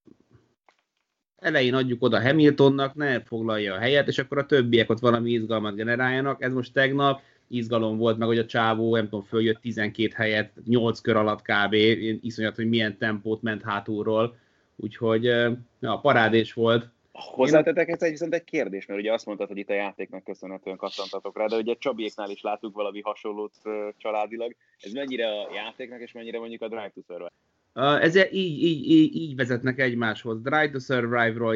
elején adjuk oda Hamiltonnak, ne foglalja a helyet, és akkor a többiek ott valami izgalmat generáljanak. Ez most tegnap izgalom volt, meg hogy a csávó, nem tudom, följött 12 helyet, 8 kör alatt kb. Iszonyat, hogy milyen tempót ment hátulról. Úgyhogy ja, parádés volt. Hozzátetek ez viszont egy kérdés, mert ugye azt mondtad, hogy itt a játéknak köszönhetően kattantatok rá, de ugye Csabiéknál is látunk valami hasonlót családilag. Ez mennyire a játéknak, és mennyire mondjuk a Drive to Survive? Ezzel így vezetnek egymáshoz. Drive to Survive-ról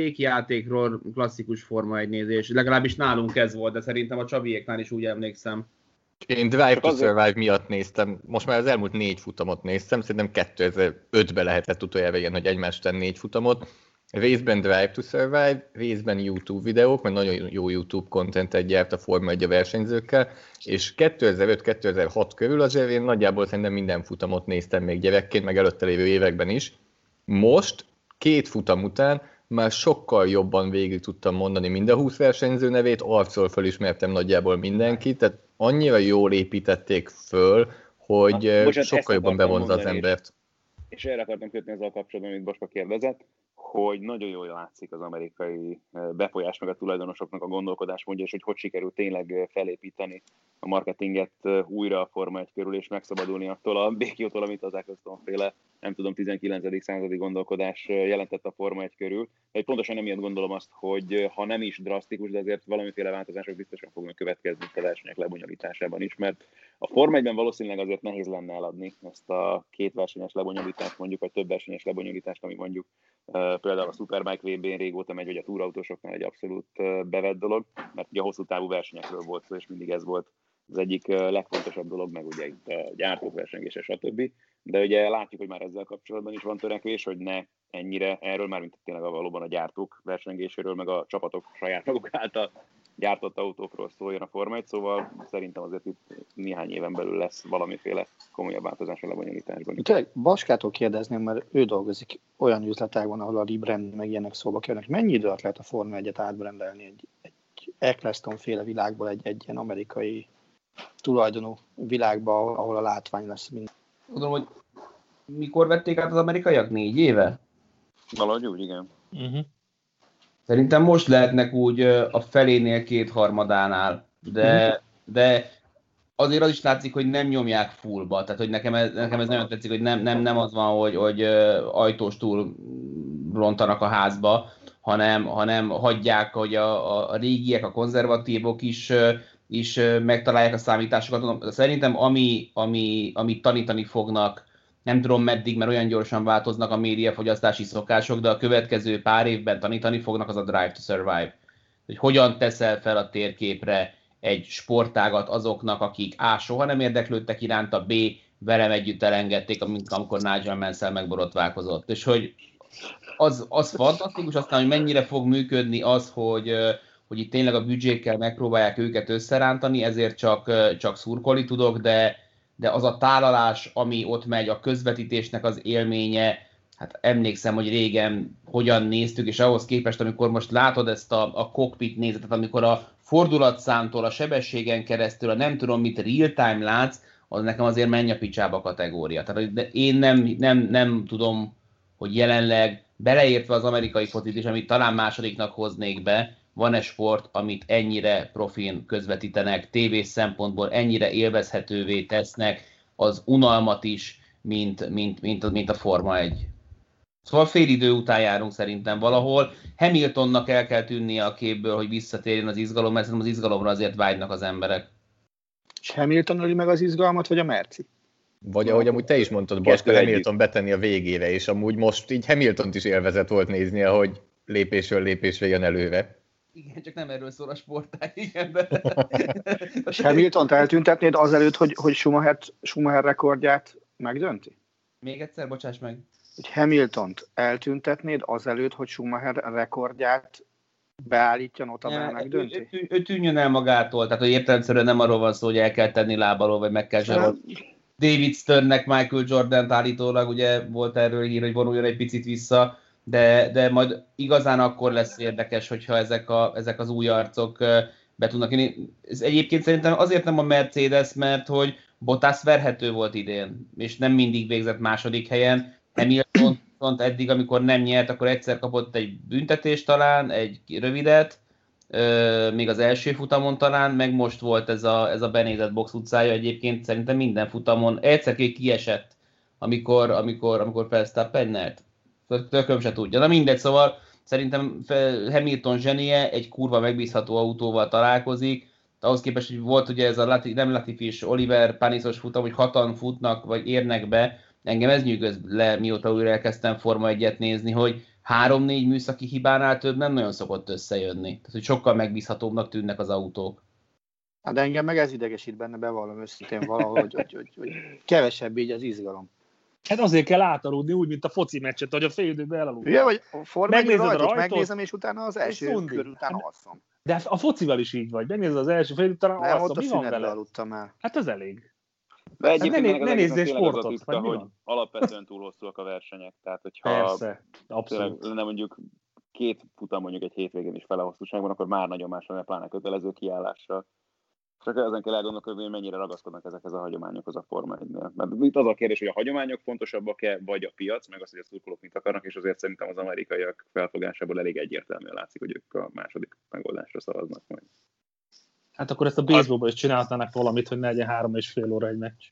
játékról klasszikus Forma 1 nézés. Legalábbis nálunk ez volt, de szerintem a Csabiéknál is úgy emlékszem. Én Drive to Survive miatt néztem, most már az elmúlt 4 futamot néztem, szerintem 2005-ben lehetett utoljára ilyen, hogy egymás után 4 futamot. Részben Drive to Survive, részben YouTube videók, mert nagyon jó YouTube contentet gyárt a Forma 1 a versenyzőkkel, és 2005-2006 körül azért én nagyjából szerintem minden futamot néztem még gyerekként, meg előtte lévő években is. Most, 2 futam után már sokkal jobban végig tudtam mondani mind a 20 versenyző nevét, arcról felismertem nagyjából mindenkit, tehát annyira jól építették föl, hogy sokkal jobban bevonza az embert. És erre akartam kötni ezzel a kapcsolatban, amit Boska kérdezett, hogy nagyon jól látszik az amerikai befolyás meg a tulajdonosoknak a gondolkodásmódja, és hogy sikerült tényleg felépíteni a marketinget újra a Forma 1 körül, és megszabadulni attól a békjótól, amit az Eccleston-féle, nem tudom, 19. századi gondolkodás jelentett a Forma 1 körül. De pontosan emiatt gondolom azt, hogy ha nem is drasztikus, de azért valamiféle változások biztosan fognak következni a versenyek lebonyolításában is, mert a Forma 1-ben valószínűleg azért nehéz lenne eladni ezt a 2 versenyes lebonyolítást, mondjuk, vagy több versenyes lebonyolítást, ami mondjuk például a Superbike VB-n régóta megy, vagy a túrautósoknál egy abszolút bevett dolog, mert ugye a hosszú távú versenyekről volt szó, és mindig ez volt az egyik legfontosabb dolog, meg ugye itt a gyártók versengése, stb. De ugye látjuk, hogy már ezzel kapcsolatban is van törekvés, hogy ne ennyire erről, már mint tényleg valóban a gyártók versengéséről, meg a csapatok saját maguk által gyártott autókról szóljon a Forma 1, szóval szerintem azért itt néhány éven belül lesz valamiféle komolyabb változás a lebonyolításban. Tényleg Baskától kérdezném, mert ő dolgozik olyan üzletágban, ahol a rebrand meg ilyenek szóba kerülnek. Mennyi idő alatt lehet a Forma 1-et átbrendelni egy Eccleston-féle világból egy ilyen amerikai tulajdonú világba, ahol a látvány lesz minden? Tudom, hogy mikor vették át az amerikaiak? 4 éve? Valahogy úgy, igen. Szerintem most lehetnek úgy a felénél 2/3-ánál, de azért az is látszik, hogy nem nyomják fullba, tehát hogy nekem ez nagyon tetszik, hogy nem az van, hogy ajtóstól rontanak a házba, hanem hagyják, hogy a régiek, a konzervatívok is megtalálják a számításokat. Szerintem amit tanítani fognak, nem tudom meddig, mert olyan gyorsan változnak a médiafogyasztási szokások, de a következő pár évben tanítani fognak, az a Drive to Survive. Hogy hogyan teszel fel a térképre egy sportágat azoknak, akik A. soha nem érdeklődtek iránta, B. velem együtt elengedték, amikor Nigel Mansell megborotválkozott. És hogy az fantasztikus, aztán, hogy mennyire fog működni az, hogy hogy itt tényleg a büdzsékkel megpróbálják őket összerántani, ezért csak szurkolni tudok, de az a tálalás, ami ott megy, a közvetítésnek az élménye, hát emlékszem, hogy régen hogyan néztük, és ahhoz képest, amikor most látod ezt a cockpit nézetet, amikor a fordulatszámtól, a sebességen keresztül, a nem tudom mit real-time látsz, az nekem azért menj a picsába kategória. Tehát de én nem tudom, hogy jelenleg beleértve az amerikai focit is, amit talán másodiknak hoznék be, van-e sport, amit ennyire profin közvetítenek, tévés szempontból ennyire élvezhetővé tesznek az unalmat is, mint a Forma 1. Szóval fél idő után járunk szerintem valahol. Hamiltonnak el kell tűnnie a képből, hogy visszatérjen az izgalom, mert szerintem az izgalomra azért vágynak az emberek. És Hamilton öli meg az izgalmat, vagy a Merci? Vagy ahogy amúgy te is mondtad, Basta, Hamilton betenni a végére, és amúgy most így Hamiltont is élvezett volt nézni, ahogy lépésről lépésre jön előre. Igen, csak nem erről szól a sportág, igen. De... És Hamiltont eltüntetnéd azelőtt, hogy Schumacher rekordját megdönti? Még egyszer, bocsáss meg. Hogy Hamiltont eltüntetnéd azelőtt, hogy Schumacher rekordját beállítja, notabene megdönti? Ő tűnjön el magától, tehát hogy értelemszerűen nem arról van szó, hogy el kell tenni lábalól, vagy meg kell zsarolni. David Sternnek Michael Jordan állítólag, ugye volt erről hír, hogy vonuljon egy picit vissza, de majd igazán akkor lesz érdekes, hogyha ezek az új arcok be tudnak jönni. Ez egyébként szerintem azért nem a Mercedes, mert hogy Bottas verhető volt idén, és nem mindig végzett második helyen. Hamilton viszont eddig, amikor nem nyert, akkor egyszer kapott egy büntetést talán, egy rövidet, még az első futamon talán, meg most volt ez a benézett box utcája, egyébként szerintem minden futamon egyszer kiesett, amikor Verstappen nyert. Tököm se tudja. Na mindegy, szóval szerintem Hamilton zsenie egy kurva megbízható autóval találkozik, ahhoz képest, hogy volt ugye ez a nem Latifi és Oliver Panisos futam, hogy 6-an futnak, vagy érnek be, engem ez nyűgöz le, mióta újra elkezdtem Forma 1-et nézni, hogy 3-4 műszaki hibánál több nem nagyon szokott összejönni. Tehát, hogy sokkal megbízhatóbbnak tűnnek az autók. Hát de engem meg ez idegesít benne, bevallom őszintén valahogy, hogy kevesebb így az izgalom. Hát azért kell átaludni úgy, mint a foci meccset, hogy a fél időben elaludni. Ugye, vagy a Forma 1 rajtot megnézem, és utána az első kör után alszom. De a focival is így vagy. Megnézed az első fél utána alszom. Nem, ott a szünetben aludtam el. Hát az elég. De egyébként ne nézzél sportot, ritka, hogy alapvetően túl hosszúak a versenyek. Tehát, hogyha persze, abszolút. Lenne mondjuk 2 futam mondjuk egy hétvégén is fele hosszúságban, akkor már nagyon más lenne, pláne kötelező kiállással. Csak ezen kell elgondolkodni, hogy mennyire ragaszkodnak ezekhez a hagyományokhoz a Forma 1-nél. Mert itt az a kérdés, hogy a hagyományok fontosabbak-e, vagy a piac, meg az, hogy a szurkolók mit akarnak, és azért szerintem az amerikaiak felfogásából elég egyértelműen látszik, hogy ők a második megoldásra szavaznak majd. Hát akkor ezt a baseballban is csinálhatnának valamit, hogy ne legyen 3,5 óra egy meccs.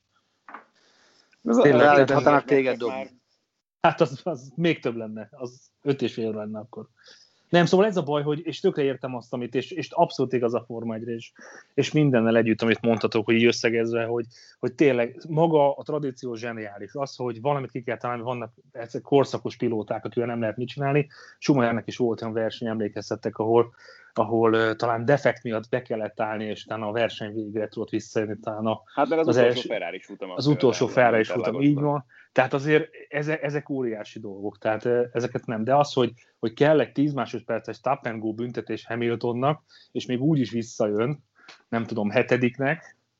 Tényleg, hatának téged dobni. Hát az még több lenne, az 5,5 óra lenne akkor. Nem, szóval ez a baj, hogy, és tökre értem azt, amit, és abszolút igaz a Forma 1-re, és mindennel együtt, amit mondhatok, hogy így összegezve, hogy tényleg maga a tradíció zseniális. Az, hogy valamit ki kell találni, vannak ezek korszakos pilóták, akivel nem lehet mit csinálni. Schumachernek is volt olyan verseny, emlékeztettek, ahol talán defekt miatt be kellett állni, és utána a verseny végére tudott visszajönni. Hát meg az utolsó Ferrari futam. Az utolsó Ferrari futam, így van. Tehát azért ezek óriási dolgok, tehát ezeket nem. De az, hogy kell egy 10 másodperces stop and go büntetés Hamiltonnak, és még úgy is visszajön, nem tudom, 7-nek,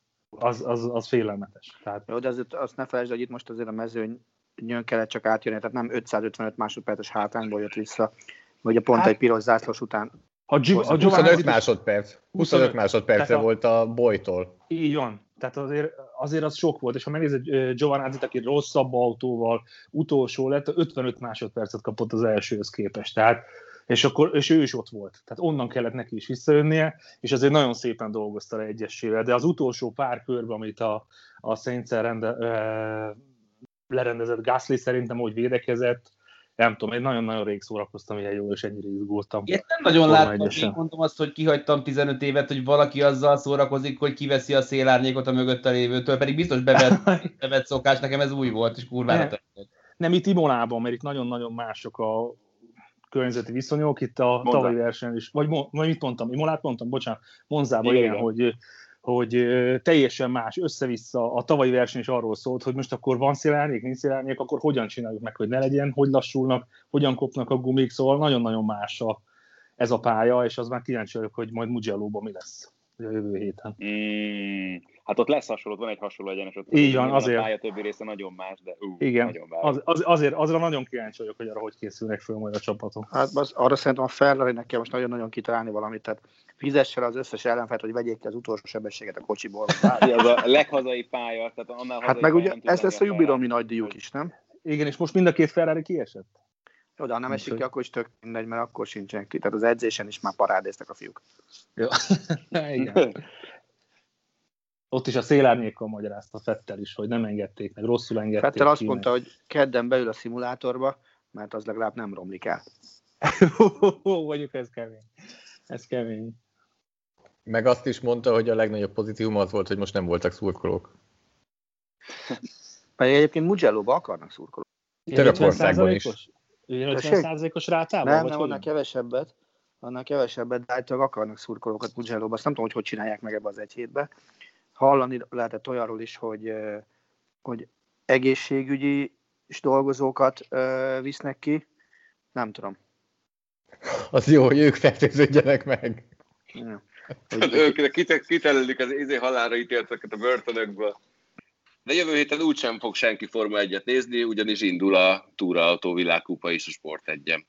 az félelmetes. Tehát... Jó, de azért azt ne felejtsd, hogy itt most azért a mezőnyön kellett csak átjönni, tehát nem 555 másodperces hátrányból jött vissza, vagy pont egy piros zászlós után. 25 másodperc. 25 másodperce volt a Boytól. Így van. Tehát azért az sok volt, és ha megnézed Giovanazzi-t, aki rosszabb autóval utolsó lett, 55 másodpercet kapott az elsőhöz képest. Tehát, és ő is ott volt. Tehát onnan kellett neki is visszajönnie, és azért nagyon szépen dolgozta le egyesével. De az utolsó pár körben, amit a Sainz-el lerendezett Gasly szerintem, hogy védekezett, nem tudom, én nagyon-nagyon rég szórakoztam ilyen jól, és ennyire izgultam. Én nem nagyon láttam, én mondom azt, hogy kihagytam 15 évet, hogy valaki azzal szórakozik, hogy kiveszi a szélárnyékot a mögötte lévőtől, pedig biztos bevett szokás, nekem ez új volt, és kurvára tetszett. Nem, itt Imolában, mert itt nagyon-nagyon mások a környezeti viszonyok, itt a tavalyi versenyen is, vagy mit mondtam, Imolát mondtam, bocsánat, Monzában igen, hogy teljesen más, össze-vissza, a tavalyi verseny is arról szólt, hogy most akkor van szélárnyék, nincs szélárnyék, akkor hogyan csináljuk meg, hogy ne legyen, hogy lassulnak, hogyan kopnak a gumik, szóval nagyon-nagyon más ez a pálya, és az már kíváncsi vagyok, hogy majd Mugello-ban mi lesz a jövő héten. Hát ott lesz hasonló, van egy hasonló egyenes. Ott így van, azért. A pálya többi része nagyon más, de igen, nagyon várom. azért azra nagyon kíváncsi vagyok, hogy arra hogy készülnek föl majd a csapatok. Hát arra szerintem a Ferrari-nek kell most nagyon-nagyon kitalálni valamit, tehát fizesse az összes ellenfelet, hogy vegyék ki az utolsó sebességet a kocsiból. Az a leghazai pálya, tehát annál hát meg ugye ez lesz a jubileumi nagydíjuk is, nem? Igen, és most mind a két Ferrari kiesett? Jó, de ha nem esik ki, akkor is tök mindegy, mert akkor sincsen ki. Tehát az edzésen is már parádéztek a fiúk. Jó. Igen. Ott is a szélárnyékkal magyarázta Vettel is, hogy nem engedték meg, rosszul engedték. Vettel azt mondta, hogy kedden beül a szimulátorba, mert az legalább nem romlik el. Mondjuk ez kemény. Ez kemény. Meg azt is mondta, hogy a legnagyobb pozitívum az volt, hogy most nem voltak szurkolók. Pedig egyébként Mugello-ba akarnak szurkolók. Törökországban is. 50%-os rátával? Nem, annál kevesebbet, de általában akarnak szurkolókat Mugello-ba. Azt nem tudom, hogy csinálják meg ebbe az egy hétbe. Hallani lehetett olyanról is, hogy egészségügyi dolgozókat visznek ki. Nem tudom. Az jó, hogy ők fertőződjenek meg. Ja. Ők kiterülik az halálra ítélteket a börtönökből. De jövő héten úgysem fog senki Forma 1-et nézni, ugyanis indul a túraautó világkupa is a Sport 1-en.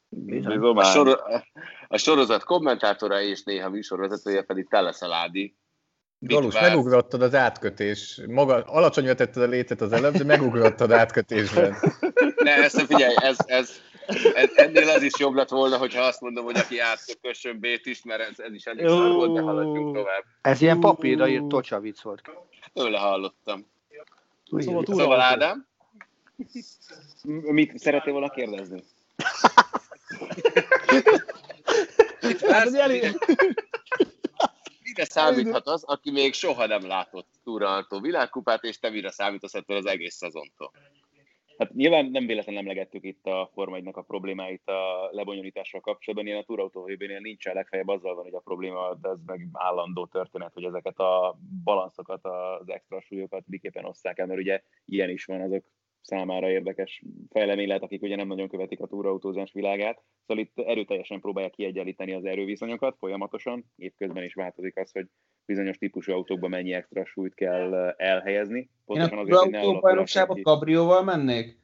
A sorozat kommentátora és néha műsorvezetője pedig Teleszeládi. Galus, megugrottad az átkötés. Maga alacsonyra tetted a létet az előbb, de megugrottad átkötésben. Ne, ezt figyelj, ennél az is jobb lett volna, hogyha azt mondom, hogy aki átkössön B-t is, mert ez is elég szar volt, de haladjunk tovább. Ez ilyen papírra írt tocsa vicc volt. Tőle hallottam. Szóval Ádám? Mit szeretnél volna kérdezni? Mire számíthat az, aki még soha nem látott túraautó világkupát, és te mire számítasz ettől az egész szezontól? Hát nyilván nem véletlenül emlegettük itt a Forma 1-nek a problémáit a lebonyolítással kapcsolatban. Ilyen a túrautó hőbénél nincsen, legfeljebb azzal van, hogy a probléma, ez meg állandó történet, hogy ezeket a balanszokat, az extra súlyokat miképpen osszák el, mert ugye ilyen is van, azok számára érdekes fejlemény lehet, akik ugye nem nagyon követik a túrautózás világát. Szóval itt erőteljesen próbálják kiegyenlíteni az erőviszonyokat folyamatosan. Évközben is változik az, hogy bizonyos típusú autókban mennyi extra súlyt kell elhelyezni. Pontosan én a túrautóbajnokságba kabrióval mennék?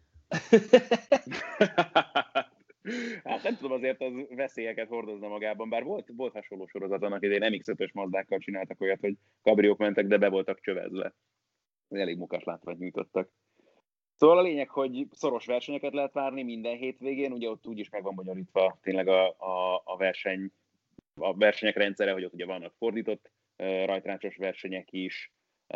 Hát nem tudom, azért az veszélyeket hordozna magában, bár volt hasonló sorozat annak idején, MX-5-ös Mazdákkal csináltak olyat, hogy kabriók mentek, de be voltak csövezve. Elég mukas látványt nyújtottak. Szóval a lényeg, hogy szoros versenyeket lehet várni minden hétvégén, ugye ott úgyis meg van bonyolítva tényleg a versenyek rendszere, hogy ott ugye vannak fordított rajtrácsos versenyek is.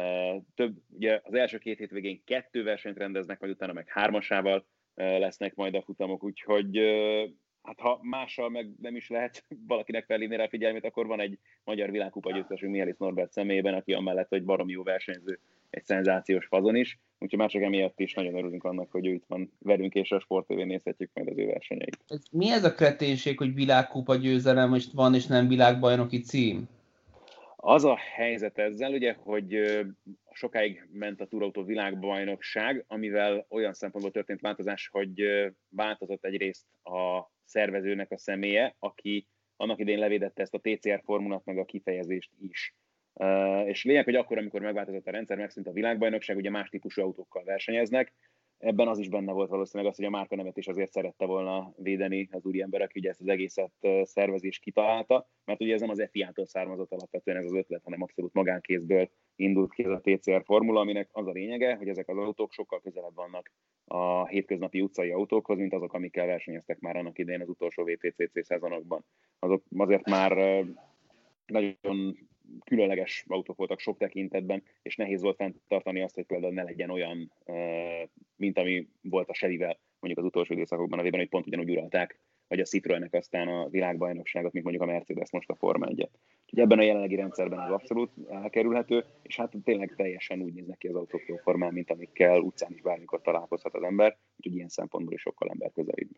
Ugye az első 2 hétvégén 2 versenyt rendeznek, majd utána meg 3-asával lesznek majd a futamok, úgyhogy hát ha mással meg nem is lehet valakinek felhívni rá figyelmét, akkor van egy magyar világkupa győztesünk Mihály Norbert személyében, aki amellett, hogy baromi jó versenyző, egy szenzációs fazon is, úgyhogy már csak emiatt is nagyon örülünk annak, hogy ő itt van velünk, és a Sport TV-n nézhetjük majd az ő versenyeit. Mi ez a kreténség, hogy világkupa győzelem most van, és nem világbajnoki cím? Az a helyzet ezzel, ugye, hogy sokáig ment a túrautó világbajnokság, amivel olyan szempontból történt változás, hogy változott egyrészt a szervezőnek a személye, aki annak idején levédette ezt a TCR formulát, meg a kifejezést is. És lényeg, hogy akkor, amikor megváltozott a rendszer, megszűnt a világbajnokság, ugye más típusú autókkal versenyeznek. Ebben az is benne volt valószínűleg az, hogy a márkanevet is azért szerette volna védeni az úriember, aki ugye ezt az egészet szervezés kitalálta, mert ugye ez nem az FIA-tól származott alapvetően ez az ötlet, hanem abszolút magánkézből indult ki ez a TCR formula, aminek az a lényege, hogy ezek az autók sokkal közelebb vannak a hétköznapi utcai autókhoz, mint azok, amikkel versenyeztek már annak idején az utolsó WTCC szezonokban. Azok azért már nagyon különleges autók voltak sok tekintetben, és nehéz volt fenntartani azt, hogy például ne legyen olyan, mint ami volt a Chevyvel mondjuk az utolsó időszakokban, azért, hogy pont ugyanúgy uralták, vagy a Citroennek aztán a világbajnokságot, mint mondjuk a Mercedes most a Forma 1-et. Úgyhogy ebben a jelenlegi rendszerben ez abszolút elkerülhető, és hát tényleg teljesen úgy néznek ki az autók jóformán, mint amikkel utcán is bármikor találkozhat az ember, úgyhogy ilyen szempontból is sokkal emberközelibb.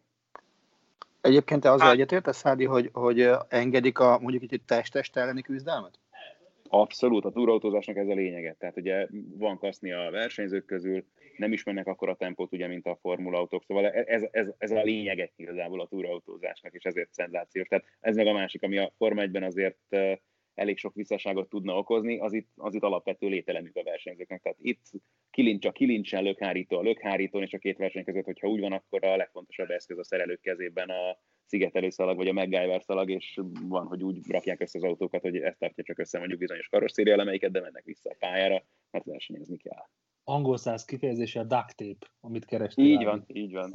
Egyébként te azzal egyetértesz, Szádi, hogy engedik mondjuk egy test elleni küzdelmet? Abszolút, a túrautózásnak ez a lényege. Tehát ugye van kaszni a versenyzők közül, nem ismernek akkora tempót, ugye, mint a formulautók, szóval ez a lényege igazából a túrautózásnak, és ezért szenzációs. Tehát ez meg a másik, ami a Forma 1-ben azért elég sok visszaságot tudna okozni, az itt alapvető lételemük a versenyzőknek. Tehát itt kilincsen lökhárító a lökhárítón, és a két verseny között, hogyha úgy van, akkor a legfontosabb eszköz a szerelők kezében a szigetelőszalag, vagy a MacGyver szalag, és van, hogy úgy rakják össze az autókat, hogy ezt tartja csak össze mondjuk bizonyos karosszéria elemeiket, de mennek vissza a pályára, mert versenyezni kell. Angol száz kifejezése a duct tape, amit kerestél. Így van.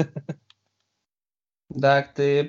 Duct tape.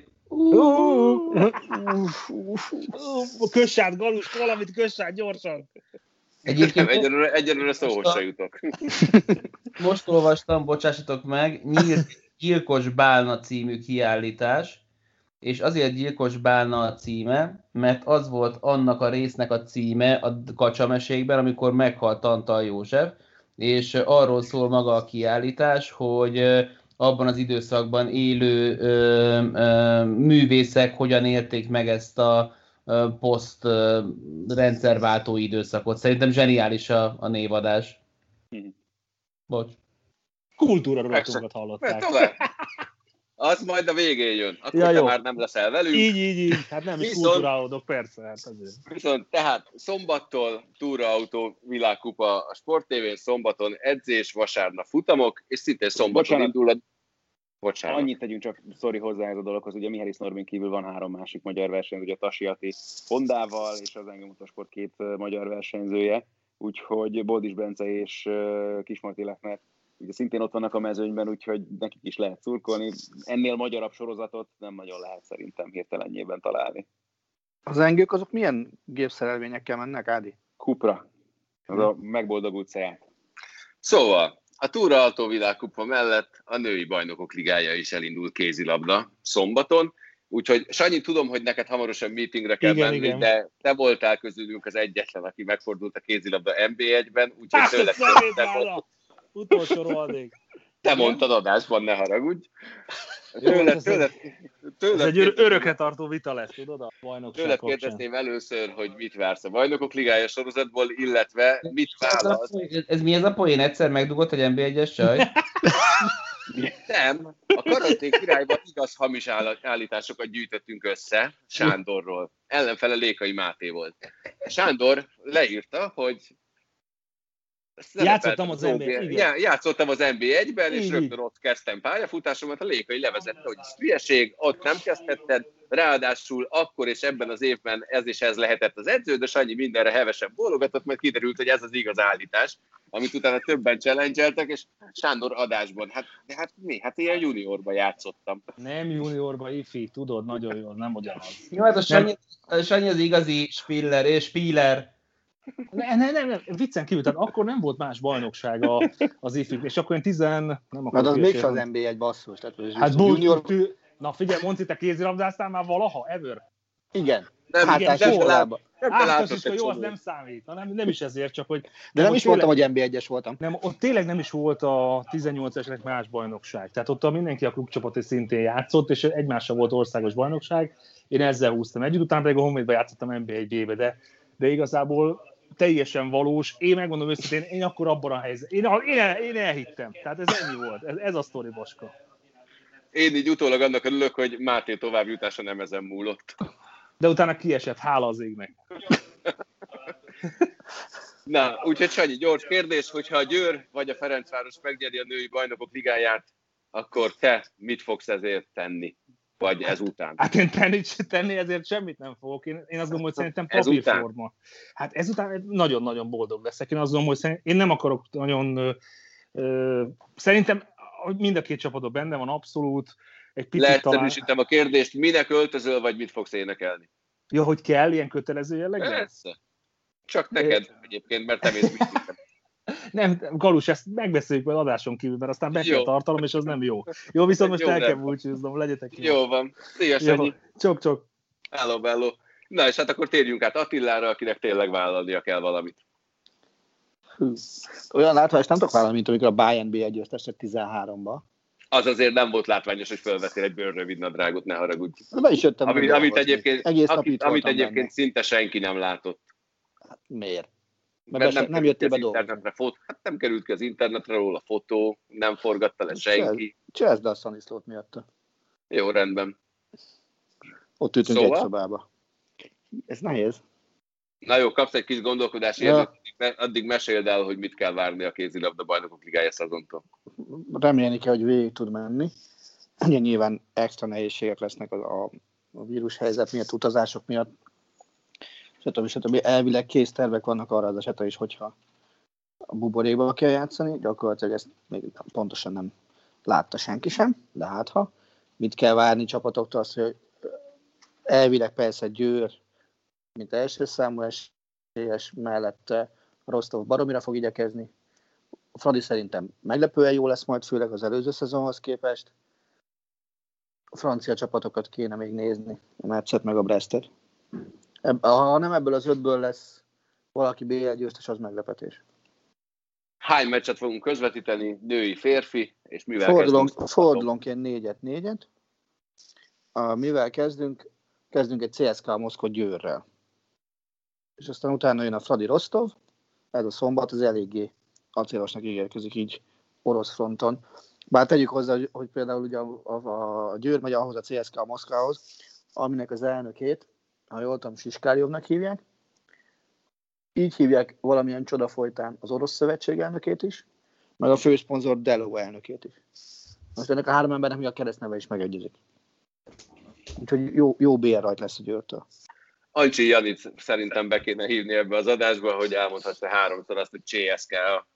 Kössát, Galus, valamit kössát, gyorsan! Egyelőre szóhoz se jutok. Most olvastam, bocsássatok meg, Gyilkos Bálna című kiállítás, és azért Gyilkos Bálna a címe, mert az volt annak a résznek a címe a kacsamesékben, amikor meghalt Antal József, és arról szól maga a kiállítás, hogy abban az időszakban élő művészek hogyan élték meg ezt a poszt-rendszerváltó időszakot. Szerintem zseniális a névadás. Bocs. Kultúra rovatunkat hallották. Az majd a végén jön. Akkor te már nem leszel velünk. Így. Hát nem is kulturálódok, persze. Hát azért. Viszont tehát szombattól túraautó világkupa a Sport TV-n, szombaton edzés, vasárnap futamok, és szintén szombaton indul a... Bocsánat. Annyit tegyünk csak, hozzá ez a dologhoz, ugye Mihály Normin kívül van 3 másik magyar versenyző, ugye a Tasiati Hondával, és az Engem Motorsport 2 magyar versenyzője, úgyhogy Boldis Bence és Kismarty Lechner ugye szintén ott vannak a mezőnyben, úgyhogy nekik is lehet szurkolni. Ennél magyarabb sorozatot nem nagyon lehet szerintem hirtelenjében találni. Az engők azok milyen gépszerelvényekkel mennek, Ádi? Cupra. Az a megboldogult Seat. Szóval, a túraautó világkupa mellett a női bajnokok ligája is elindul kézilabda szombaton, úgyhogy Sanyi, tudom, hogy neked hamarosan meetingre kell menni, de te voltál közülünk az egyetlen, aki megfordult a kézilabda NB1-ben, úgyhogy tőled utolsó rohadék. Te mondtad adásban, ne haragudj. Ez egy örökre tartó vita lesz, tudod, a bajnokság tőled kérdezném először, hogy mit vársz a bajnokok ligája sorozatból, illetve mit válasz. Ez mi ez a poén? Egyszer megdugott egy NB1-es csaj? Nem, a karantén királyban igaz hamis állításokat gyűjtöttünk össze Sándorról. Ellenfele Lékai Máté volt. Sándor leírta, hogy játszottam az NB1-ben. Játszottam az NB1-ben, és rögtön ott kezdtem pályafutásomat. A Lékai levezette, hogy ez hülyeség, ott nem kezdhetted, ráadásul akkor és ebben az évben ez és ez lehetett az edző, de Sanyi mindenre hevesen bólogatott, majd kiderült, hogy ez az igaz állítás, amit utána többen challenge-eltek, és Sándor adásban. Hát ilyen juniorban játszottam. Nem juniorban, ifi, tudod, nagyon jól, nem ugyanaz. Jó, hát a Sanyi az igazi Spiller. Nem, viccen kívül, tehát akkor nem volt más bajnokság az ifig, és akkor én 10, nem akarok. Mert az mégsem az NB1 basszus. Hát junior... Na figyelj, Monci, te kézilabdáztál már valaha, ever? Igen. Általános jó, az nem számít. Nem is ezért, csak hogy... De nem is voltam, hogy NB1-es voltam. Nem, ott tényleg nem is volt a 18-esnek más bajnokság. Tehát ott mindenki a klubcsapat szintén játszott, és egymással volt országos bajnokság. Én ezzel húztam együtt, utána pedig a Honvédba játszottam NB1-be, de igazából teljesen valós. Én megmondom őszintén, én akkor abban a helyzetben. Én elhittem. Tehát ez ennyi volt. Ez a sztori, Baska. Én így utólag annak örülök, hogy Máté továbbjutása nem ezen múlott. De utána kiesett, hála az égnek. Na, úgyhogy Sanyi, gyors kérdés, hogyha a Győr vagy a Ferencváros megnyeri a női bajnokok ligáját, akkor te mit fogsz ezért tenni? Vagy ezután? Hát én tenni ezért semmit nem fogok. Én azt gondolom, hogy szerintem papírforma. Hát ezután nagyon-nagyon boldog leszek. Én azt gondolom, hogy én nem akarok nagyon... Szerintem mind a két csapatban benne van abszolút. Egy picit leegyszerűsítem a kérdést, minek öltözöl, vagy mit fogsz énekelni? Ja, hogy kell ilyen kötelező jellegben? Persze. Csak neked egyébként, mert te mész mindent. Nem, Galus, ezt megbeszéljük vele adáson kívül, mert aztán be kell tartalom, és az nem jó. Jó, viszont most el kell búcsúznom, legyetek jó. Jó van. Szia, Sanyi. Csok. Hello. Na, és hát akkor térjünk át Attilára, akinek tényleg vállalnia kell valamit. Olyan látványos nem tudok vállalni, mint amikor a Bayern B1 győztesett 13-ba. Az azért nem volt látványos, hogy felvettél egy bőrrövid nadrágot, ne haragudj. Be is jöttem. Amit egyébként szinte senki nem látott. Miért? Mert Nem jöttél be dolgozni. Hát nem került ki az internetre róla fotó, nem forgatta le senki. Cseszd le a Szaniszlót miatta. Jó, rendben. Ott ültünk egy szobába. Ez nehéz. Na jó, kapsz egy kis gondolkodási időt, addig meséld el, hogy mit kell várni a kézilabda bajnokok ligája szezontól. Remélni kell, hogy végig tud menni. Ugye nyilván extra nehézségek lesznek a vírushelyzet miatt, utazások miatt, stb. Elvileg kész tervek vannak arra az esetre is, hogyha a buborékba kell játszani. Gyakorlatilag ezt még pontosan nem látta senki sem, de hát ha. Mit kell várni csapatoktól, az, hogy elvileg persze Győr, mint első számú esélyes, mellett Rostov baromira fog igyekezni. A Fradi szerintem meglepően jó lesz majd, főleg az előző szezonhoz képest. A francia csapatokat kéne még nézni, a Metszet meg a Brestet. Ha nem ebből az 5-ből lesz valaki BL győztes, az meglepetés. Hány meccset fogunk közvetíteni, női, férfi, és mivel kezdünk? Fordulónként 4-4. Mivel kezdünk? Kezdünk egy CSKA Moszkva Győrrel. És aztán utána jön a Fradi Rostov. Ez a szombat, az eléggé acélosnak ígérkezik így orosz fronton. Bár tegyük hozzá, hogy például ugye a Győr megy ahhoz a CSKA Moszkvához, aminek az elnökét, ha jól tudom, Siskárjovnak hívják. Így hívják valamilyen csoda folytán az orosz szövetség elnökét is, meg a főszponzor Delo elnökét is. Most ennek a három embernek mi a keresztneve is megegyezik. Úgyhogy jó BR rajt lesz a Győrtől. Ancsi Janit szerintem be kéne hívni ebbe az adásba, hogy elmondhassa 3-szor azt, hogy CSKA.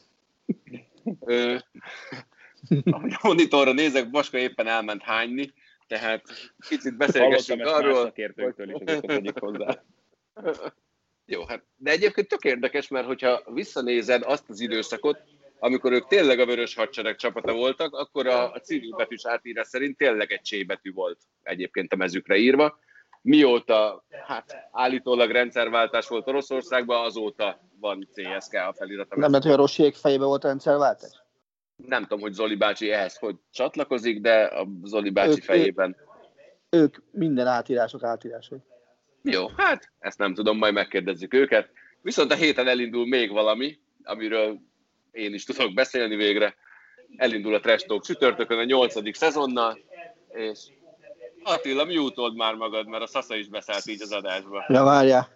Ahogy a monitorra nézek, Baska éppen elment hányni, tehát kicsit beszélgessünk arról. Hozzá. Jó, hát, de egyébként tök érdekes, mert hogyha visszanézed azt az időszakot, amikor ők tényleg a Vörös Hadsereg csapata voltak, akkor a civilbetűs átírás szerint tényleg egy C-betű volt egyébként a mezükre írva. Mióta állítólag rendszerváltás volt Oroszországban, azóta van CSKA felirat. Nem lehet, hogy a Rossiék fejében volt rendszerváltás? Nem tudom, hogy Zoli bácsi ehhez hogy csatlakozik, de a Zoli bácsi fejében... Ők minden átírások. Jó, hát ezt nem tudom, majd megkérdezzük őket. Viszont a héten elindul még valami, amiről én is tudok beszélni végre. Elindul a Trash Talk csütörtökön a 8. szezonnal, és Attila, mute-old már magad, mert a Szasza is beszállt így az adásba. Ja, várjál.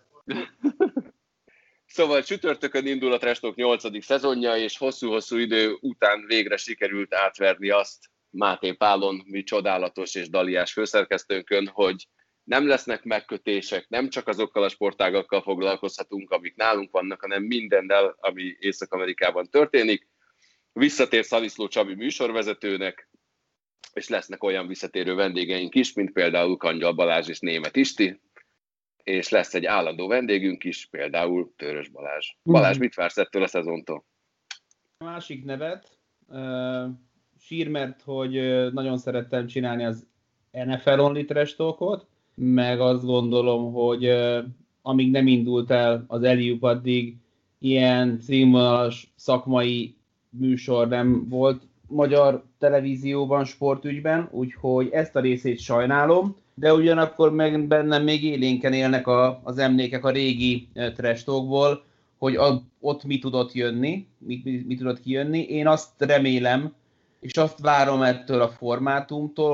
Szóval csütörtökön indul a Trash Talk 8. szezonja, és hosszú-hosszú idő után végre sikerült átverni azt Máté Pálon, mi csodálatos és daliás főszerkesztőnkön, hogy nem lesznek megkötések, nem csak azokkal a sportágakkal foglalkozhatunk, amik nálunk vannak, hanem mindennel, ami Észak-Amerikában történik. Visszatér Szaniszló Csabi műsorvezetőnek, és lesznek olyan visszatérő vendégeink is, mint például Kangyal Balázs és Németh Isti, és lesz egy állandó vendégünk is, például Törös Balázs. Balázs, mit vársz ettől a szezontól? A másik nevet, sír, mert hogy nagyon szerettem csinálni az NFL Only Trash Talkot, meg azt gondolom, hogy amíg nem indult el az Eliup, addig ilyen színvonalas szakmai műsor nem volt magyar televízióban, sportügyben, úgyhogy ezt a részét sajnálom, de ugyanakkor meg bennem még élénken élnek az emlékek a régi Trash Talkból, hogy ott mi tudott jönni, mi tudott kijönni. Én azt remélem, és azt várom ettől a formátumtól,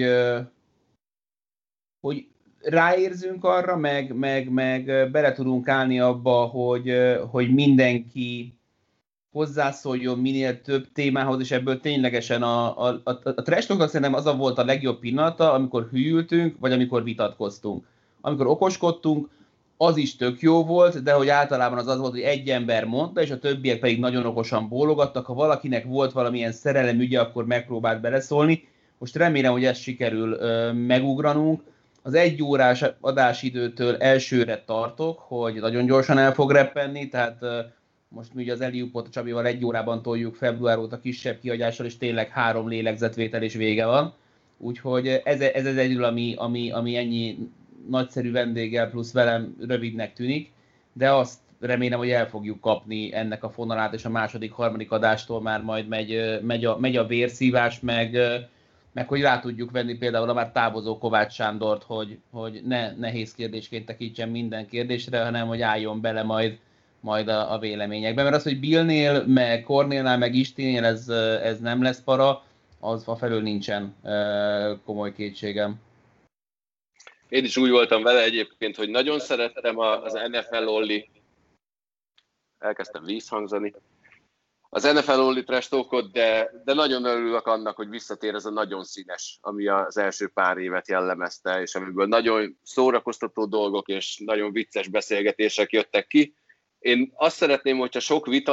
hogy ráérzünk arra, meg bele tudunk állni abba, hogy mindenki hozzászóljon minél több témához, és ebből ténylegesen a Trash Talknak szerintem az volt a legjobb pillanata, amikor hűltünk, vagy amikor vitatkoztunk. Amikor okoskodtunk, az is tök jó volt, de hogy általában az volt, hogy egy ember mondta, és a többiek pedig nagyon okosan bólogattak. Ha valakinek volt valamilyen szerelemügye, akkor megpróbált beleszólni. Most remélem, hogy ezt sikerül megugranunk. Az 1 órás adásidőtől elsőre tartok, hogy nagyon gyorsan el fog reppenni, tehát most mi ugye az Eliupot a Csabival 1 órában toljuk február óta kisebb kihagyással, és tényleg 3 lélegzetvétel és vége van. Úgyhogy ez az egyről, ami ennyi nagyszerű vendéggel plusz velem rövidnek tűnik, de azt remélem, hogy el fogjuk kapni ennek a fonalát, és a második, harmadik adástól már majd megy a vérszívás, meg meg hogy rá tudjuk venni például a már távozó Kovács Sándort, hogy ne nehéz kérdésként tekintsen minden kérdésre, hanem hogy álljon bele majd a véleményekben. Mert az, hogy Billnél, meg Kornélnál, meg Istinél ez nem lesz para, az afelől nincsen komoly kétségem. Én is úgy voltam vele egyébként, hogy nagyon szerettem az NFL Only, elkezdtem vízhangzani, az NFL Only trash talkot, de nagyon örülök annak, hogy visszatér ez a nagyon színes, ami az első pár évet jellemezte, és amiből nagyon szórakoztató dolgok és nagyon vicces beszélgetések jöttek ki. Én azt szeretném, hogyha sok vita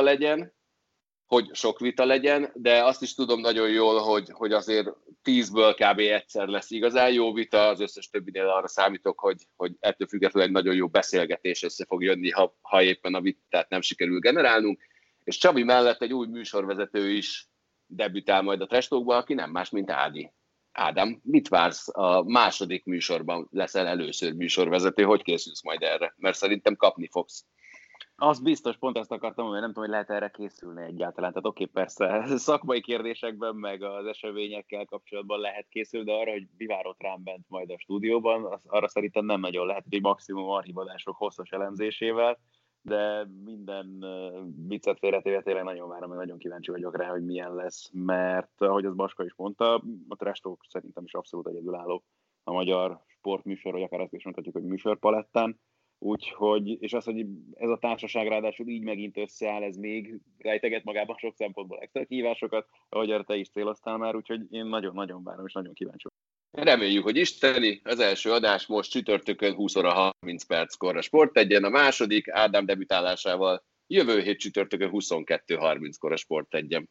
legyen, de azt is tudom nagyon jól, hogy azért 10-ből kb. Egyszer lesz igazán jó vita, az összes többinél arra számítok, hogy ettől függetlenül egy nagyon jó beszélgetés össze fog jönni, ha éppen a vitát nem sikerül generálnunk. És Csabi mellett egy új műsorvezető is debütál majd a Trash Talkban, aki nem más, mint Ádi. Ádám, mit vársz? A második műsorban leszel először műsorvezető, hogy készülsz majd erre? Mert szerintem kapni fogsz. Az biztos, pont ezt akartam, hogy nem tudom, hogy lehet erre készülni egyáltalán. Tehát oké, persze szakmai kérdésekben, meg az eseményekkel kapcsolatban lehet készülni, de arra, hogy mi várott rám bent majd a stúdióban, arra szerintem nem nagyon lehet, hogy maximum archívadások hosszas elemzésével, de minden viccet félretéve tényleg nagyon várom, mert nagyon kíváncsi vagyok rá, hogy milyen lesz, mert ahogy az Baska is mondta, a Trash Talk szerintem is abszolút egyedülálló a magyar sportműsor, vagy akár azt is mondhatjuk, hogy műsorpalettán. Úgyhogy, és az, hogy ez a társaság ráadásul így megint összeáll, ez még rejteget magában sok szempontból extra kihívásokat, ahogy erre te is céloztál már, úgyhogy én nagyon-nagyon várom, és nagyon kíváncsi vagyok. Reméljük, hogy isteni. Az első adás most csütörtökön 20 óra 30 perckor a Sport1-en, a második Ádám debütálásával jövő hét csütörtökön 22:30-kor a Sport1-en.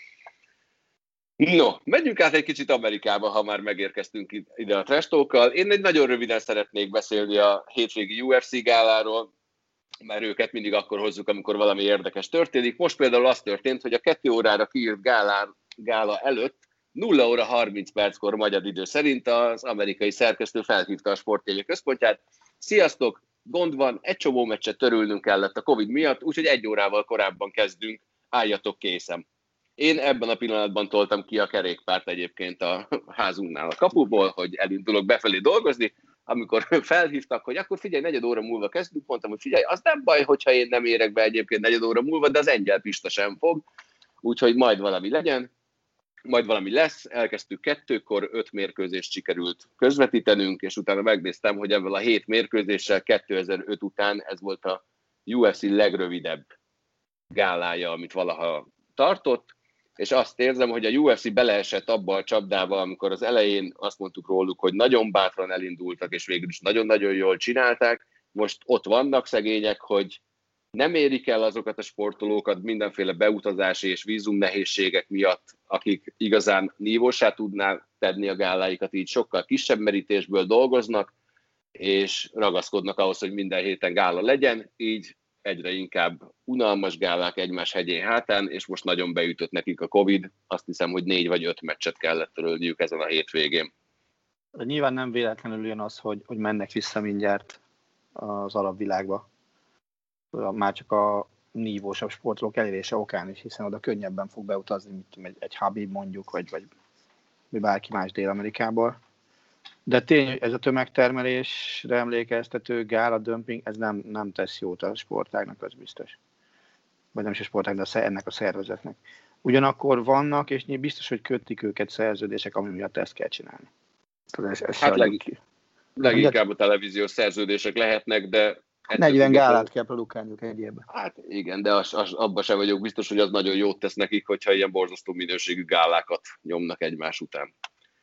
No, menjünk át egy kicsit Amerikába, ha már megérkeztünk ide a Trash Talkkal. Én egy nagyon röviden szeretnék beszélni a hétvégi UFC gáláról, mert őket mindig akkor hozzuk, amikor valami érdekes történik. Most például az történt, hogy a 2 órára kiírt gála előtt 0 óra 30 perckor magyar idő szerint az amerikai szerkesztő felhívta a Sportjegyek központját. Sziasztok, gond van, egy csomó meccset törülnünk kellett a Covid miatt, úgyhogy 1 órával korábban kezdünk, álljatok készen. Én ebben a pillanatban toltam ki a kerékpárt egyébként a házunknál a kapuból, hogy elindulok befelé dolgozni. Amikor felhívtak, hogy akkor figyelj, 4 óra múlva kezdünk, mondtam, hogy figyelj, az nem baj, hogyha én nem érek be egyébként 4 óra múlva, de az Engyel Pista sem fog, úgyhogy majd valami legyen, majd valami lesz. Elkezdtük 2-kor, 5 mérkőzést sikerült közvetítenünk, és utána megnéztem, hogy ebből a 7 mérkőzéssel 2005 után ez volt a UFC legrövidebb gálája, amit valaha tartott, és azt érzem, hogy a UFC beleesett abba a csapdába, amikor az elején azt mondtuk róluk, hogy nagyon bátran elindultak, és végül is nagyon-nagyon jól csinálták. Most ott vannak szegények, hogy nem érik el azokat a sportolókat mindenféle beutazási és vízum nehézségek miatt, akik igazán nívósá tudnák tenni a gáláikat, így sokkal kisebb merítésből dolgoznak, és ragaszkodnak ahhoz, hogy minden héten gála legyen, így egyre inkább unalmas gálák egymás hegyén hátán, és most nagyon beütött nekik a Covid. Azt hiszem, hogy 4 vagy 5 meccset kellett törölniük ezen a hétvégén. Nyilván nem véletlenül jön az, hogy mennek vissza mindjárt az alapvilágba. Már csak a nívósabb sportolók elérése okán is, hiszen oda könnyebben fog beutazni, mint egy Habib mondjuk, vagy bárki más Dél-Amerikából. De tény, hogy ez a tömegtermelésre emlékeztető gála dömping, ez nem tesz jót a sportágnak, az biztos. Vagy nem is a sportágnak, de ennek a szervezetnek. Ugyanakkor vannak, és biztos, hogy kötik őket szerződések, ami miatt ezt kell csinálni. Hát leginkább a televíziós szerződések lehetnek, de... 40 gálát kell produkálniuk egy évben. Hát igen, de abban sem vagyok biztos, hogy az nagyon jót tesz nekik, hogyha ilyen borzasztó minőségű gálákat nyomnak egymás után.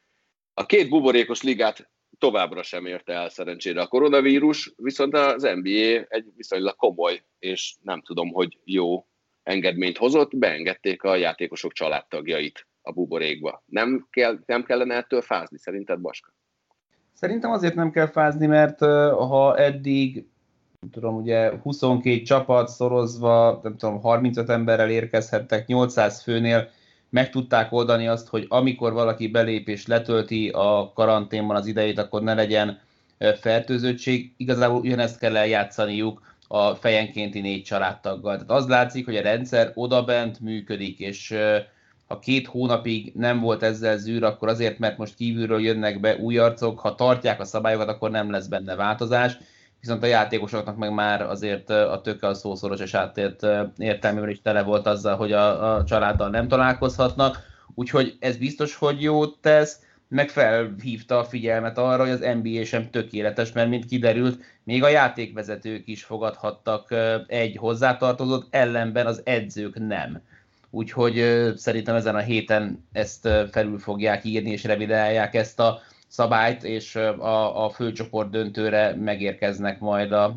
A 2 buborékos ligát továbbra sem érte el szerencsére a koronavírus, viszont az NBA egy viszonylag komoly, és nem tudom, hogy jó engedményt hozott, beengedték a játékosok családtagjait a buborékba. Nem kellene ettől fázni, szerinted, Baska? Szerintem azért nem kell fázni, mert ha eddig, nem tudom, ugye 22 csapat szorozva, nem tudom, 35 emberrel érkezhettek 800 főnél, meg tudták oldani azt, hogy amikor valaki belép és letölti a karanténban az idejét, akkor ne legyen fertőzöttség. Igazából ugyanezt kell eljátszaniuk a fejenkénti 4 családtaggal. Tehát az látszik, hogy a rendszer odabent működik, és ha 2 hónapig nem volt ezzel zűr, akkor azért, mert most kívülről jönnek be új arcok, ha tartják a szabályokat, akkor nem lesz benne változás, viszont a játékosoknak meg már azért a töke a szószoros és áttért értelmében is tele volt azzal, hogy a családdal nem találkozhatnak, úgyhogy ez biztos, hogy jót tesz, meg felhívta a figyelmet arra, hogy az NBA sem tökéletes, mert mint kiderült, még a játékvezetők is fogadhattak egy hozzátartozót, ellenben az edzők nem. Úgyhogy szerintem ezen a héten ezt felül fogják írni, és revidálják ezt a szabályt, és a főcsoport döntőre megérkeznek majd a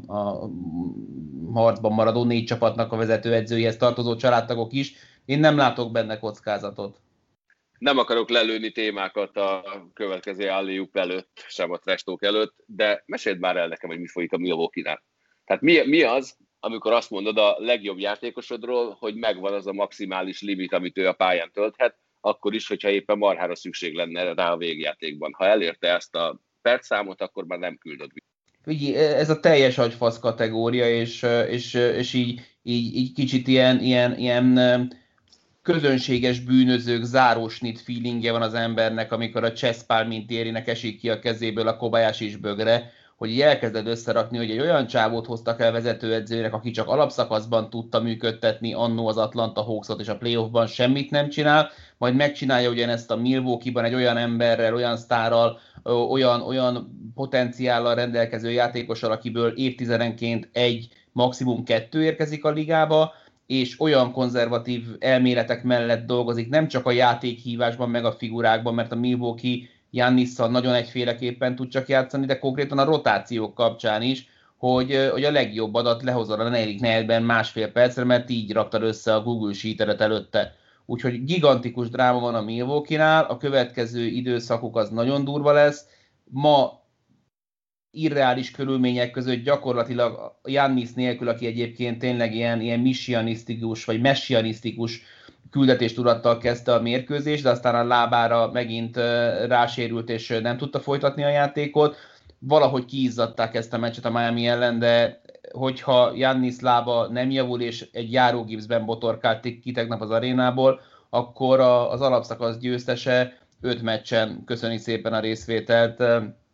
harcban maradó 4 csapatnak a vezetőedzőihez tartozó családtagok is. Én nem látok benne kockázatot. Nem akarok lelőni témákat a következő alley-oop előtt, sem a trash talk előtt, de meséld már el nekem, hogy mi folyik a Milwaukee-nál. Tehát mi az, amikor azt mondod a legjobb játékosodról, hogy megvan az a maximális limit, amit ő a pályán tölthet, akkor is, hogyha éppen marhára szükség lenne rá a végjátékban. Ha elérte ezt a percszámot, akkor már nem küldöd. Ugye, ez a teljes agyfasz kategória, és így kicsit ilyen közönséges bűnözők zárósnit feelingje van az embernek, amikor a Chess Palmintérinek esik ki a kezéből a Kobayashi bögre, hogy elkezded összerakni, hogy egy olyan csávót hoztak el vezetőedzőnek, aki csak alapszakaszban tudta működtetni annó az Atlanta Hawksot, és a playoffban semmit nem csinál, majd megcsinálja ugyanezt a Milwaukee-ban egy olyan emberrel, olyan sztárral, olyan potenciállal rendelkező játékossal, akiből évtizedenként 1, maximum 2 érkezik a ligába, és olyan konzervatív elméletek mellett dolgozik, nem csak a játékhívásban, meg a figurákban, mert a Milwaukee Giannisszal nagyon egyféleképpen tud csak játszani, de konkrétan a rotációk kapcsán is, hogy a legjobb adat lehozol a negyedik negyedben 1,5 percre, mert így raktad össze a Google Sheet-eret előtte. Úgyhogy gigantikus dráma van a Milwaukee-nál, a következő időszakuk az nagyon durva lesz. Ma irreális körülmények között gyakorlatilag Giannis nélkül, aki egyébként tényleg ilyen messianisztikus vagy messianisztikus küldetéstudattal kezdte a mérkőzést, de aztán a lábára megint rásérült, és nem tudta folytatni a játékot. Valahogy kiizzadták ezt a meccset a Miami ellen, de hogyha Giannis lába nem javul, és egy járógipszben botorkált ki tegnap az arénából, akkor az alapszakasz győztese 5 meccsen köszöni szépen a részvételt.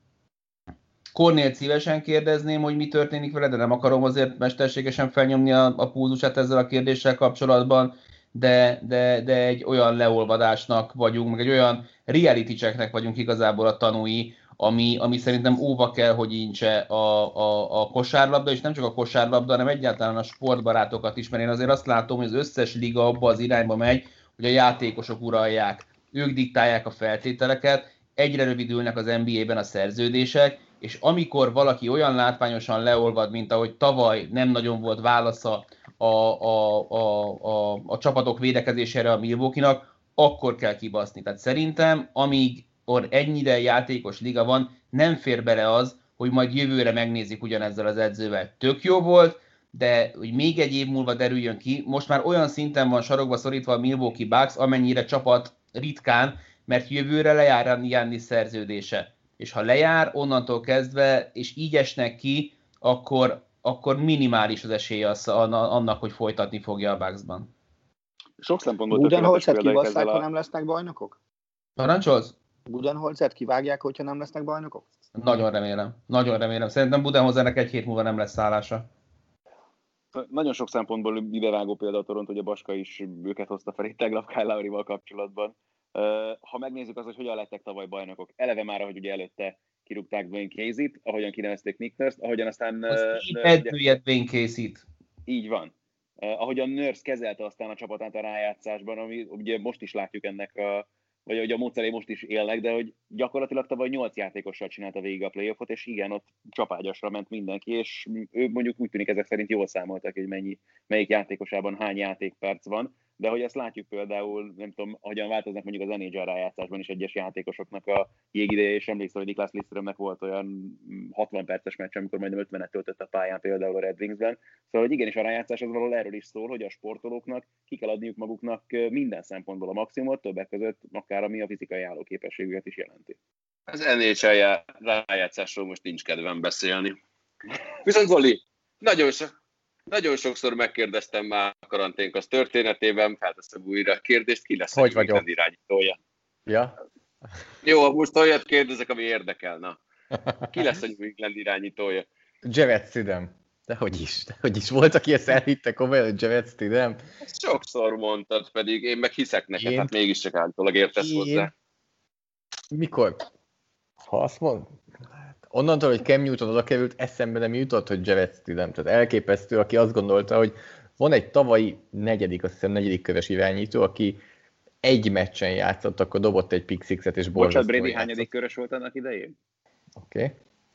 Kornélt szívesen kérdezném, hogy mi történik vele, de nem akarom azért mesterségesen felnyomni a pulzusát ezzel a kérdéssel kapcsolatban, de egy olyan leolvadásnak vagyunk, meg egy olyan reality checknek vagyunk igazából a tanúi, ami szerintem óva kell, hogy incse a kosárlabda, és nem csak a kosárlabda, hanem egyáltalán a sportbarátokat is, mert én azért azt látom, hogy az összes liga abba az irányba megy, hogy a játékosok uralják, ők diktálják a feltételeket, egyre rövidülnek az NBA-ben a szerződések, és amikor valaki olyan látványosan leolvad, mint ahogy tavaly nem nagyon volt válasza a csapatok védekezésére a Milwaukee-nak, akkor kell kibaszni. Tehát szerintem, amíg ennyire játékos liga van, nem fér bele az, hogy majd jövőre megnézik ugyanezzel az edzővel. Tök jó volt, de hogy még egy év múlva derüljön ki, most már olyan szinten van sarokba szorítva a Milwaukee Bucks, amennyire csapat ritkán, mert jövőre lejár a Giannis szerződése. És ha lejár, onnantól kezdve, és így esnek ki, akkor minimális az esélye annak, hogy folytatni fogja a Bucksban. Sok szempontból Budenholzert kibasszák, ha nem lesznek bajnokok? Parancsolsz? Budenholzert kivágják, hogyha nem lesznek bajnokok? Nagyon remélem. Szerintem Budenholzernek 1 hét múlva nem lesz szállása. Nagyon sok szempontból idevágó példa a Toronto, hogy a Baska is őket hozta fel itt tegnap Kyle Lowry-val kapcsolatban. Ha megnézzük azt, hogy hogyan lettek tavaly bajnokok, eleve már, ahogy ugye előtte kirúgták Dwayne Casey-t, ahogyan kinevezték Nick Nurse-t, ahogyan aztán... Edzője Dwayne Casey-t. Így van. Ahogyan Nurse kezelte aztán a csapatát a rájátszásban, ami ugye most is látjuk ennek vagy hogy a módszerei most is élnek, de hogy gyakorlatilag tavaly 8 játékossal csinálta végig a playoffot, és igen, ott csapágyasra ment mindenki, és ők mondjuk úgy tűnik ezek szerint jól számoltak, hogy melyik játékosában hány játékperc van, de hogy ezt látjuk például, nem tudom, hogyan változnak mondjuk az NHL rájátszásban is egyes játékosoknak a jégideje, és emlékszem, hogy Niklas Lidströmnek volt olyan 60 perces meccs, amikor majdnem 50-et töltött a pályán például a Red Wingsben. Szóval, hogy igenis a rájátszás az valahol erről is szól, hogy a sportolóknak ki kell adniuk maguknak minden szempontból a maximumot, többek között akár ami a fizikai állóképességüket is jelenti. Az NHL rájátszásról most nincs kedvem beszélni. Viszont Zoli, nagyon sok Nagyon sokszor megkérdeztem már a karanténkasz történetében, felteszem újra a kérdést, ki lesz Hogy a New England irányítója? Ja? Jó, most olyat kérdezek, ami érdekel, na. Ki lesz a New England irányítója? Javed Stidham. Dehogy is. Volt, aki ezt elhitte komolyan, hogy Javed Stidham. Sokszor mondtad, pedig én meg hiszek neked, hát mégiscsak állítólag értesz hozzá. Mikor? Ha azt mond? Onnantól, hogy Cam Newton oda került, eszembe nem jutott, hogy Javed Stidham. Tehát elképesztő, aki azt gondolta, hogy van egy tavalyi negyedik köves irányító, aki egy meccsen játszott, akkor dobott egy pick sixet és borzasztóan Bocsánat, Brady játszott. hányadik körös volt annak idején? Oké.